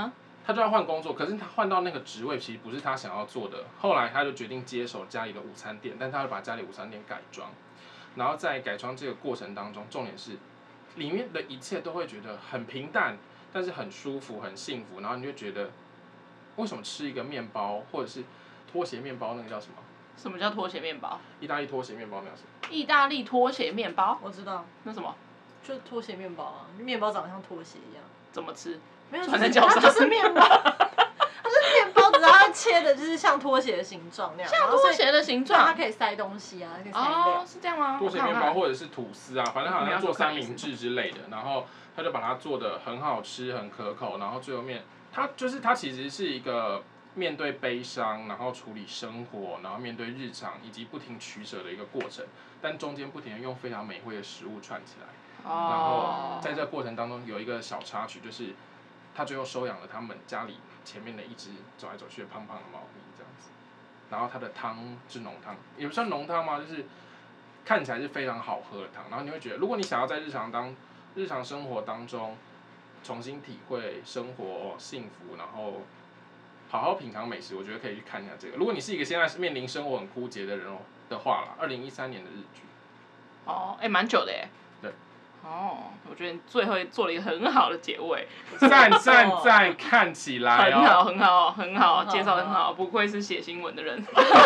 他就要换工作，可是他换到那个职位其实不是他想要做的。后来他就决定接手家里的午餐店，但他会把家里午餐店改装，然后在改装这个过程当中，重点是里面的一切都会觉得很平淡，但是很舒服、很幸福，然后你就觉得为什么吃一个面包或者是拖鞋面包那个叫什么？ 什么叫拖鞋面包？ 意大利拖鞋面包那叫什么？ 意大利拖鞋面包？ 我知道， 那什么？ 就是拖鞋面包啊，面包长得像拖鞋一样。 怎么吃？ 没有， 穿在脚上。 它就是面包，它就是面包，只是它切的就是像拖鞋的形状那样。 像拖鞋的形状。 它可以塞东西啊，可以塞料。 哦，是这样吗？ 拖鞋面包或者是吐司啊，反正好像做三明治之类的，然后他就把它做的很好吃、很可口，然后最后面，它就是它其实是一个面对悲伤，然后处理生活，然后面对日常以及不停取舍的一个过程，但中间不停的用非常美味的食物串起来。然后在这个过程当中有一个小插曲，就是他最后收养了他们家里前面的一只走来走去的胖胖的猫咪这样子。然后它的汤是浓汤，也不算浓汤嘛，就是看起来是非常好喝的汤。然后你会觉得，如果你想要在日常当日常生活当中重新体会生活幸福，然后好好品尝美食，我觉得可以去看一下这个。如果你是一个现在面临生活很枯竭的人的话啦，二零一三年的日剧。 哦，哎，蛮久的耶。 对。 哦，我觉得你最后做了一个很好的结尾， 赞赞赞，看起来哦，很好很好很好，介绍很好，不愧是写新闻的人。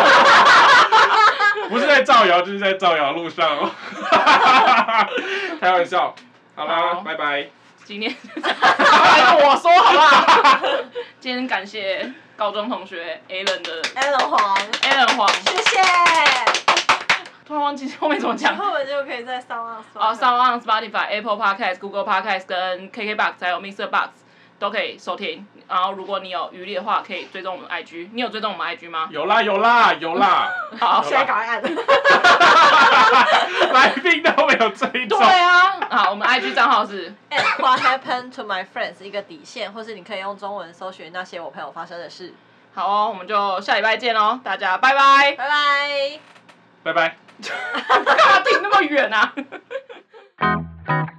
不是在造谣，就是在造谣路上哦。开玩笑，好啦，拜拜。 今天还跟我说好不好？今天感谢高中同学 Alan 的 Alan 黄 Alan 黄， 谢谢。 突然忘记后面怎么讲。 后面就可以在 SoundOn、 哦 ，SoundOn、Spotify、Apple Podcast、Google Podcast 跟 K K Box 还有 Mixer Box 都可以收听。然后如果你有余力的话，可以追踪我们 I G。你有追踪我们 I G 吗？ 有啦有啦有啦。 好， 现在赶快按。 来宾都没有追踪。 对啊，好，我们 I G 账号是 What happened to my friends 一个底线，或是你可以用中文搜寻那些我朋友发生的事。 好哦，我们就下礼拜见喽，大家拜拜。 拜拜。 拜拜。 干嘛停那么远啊？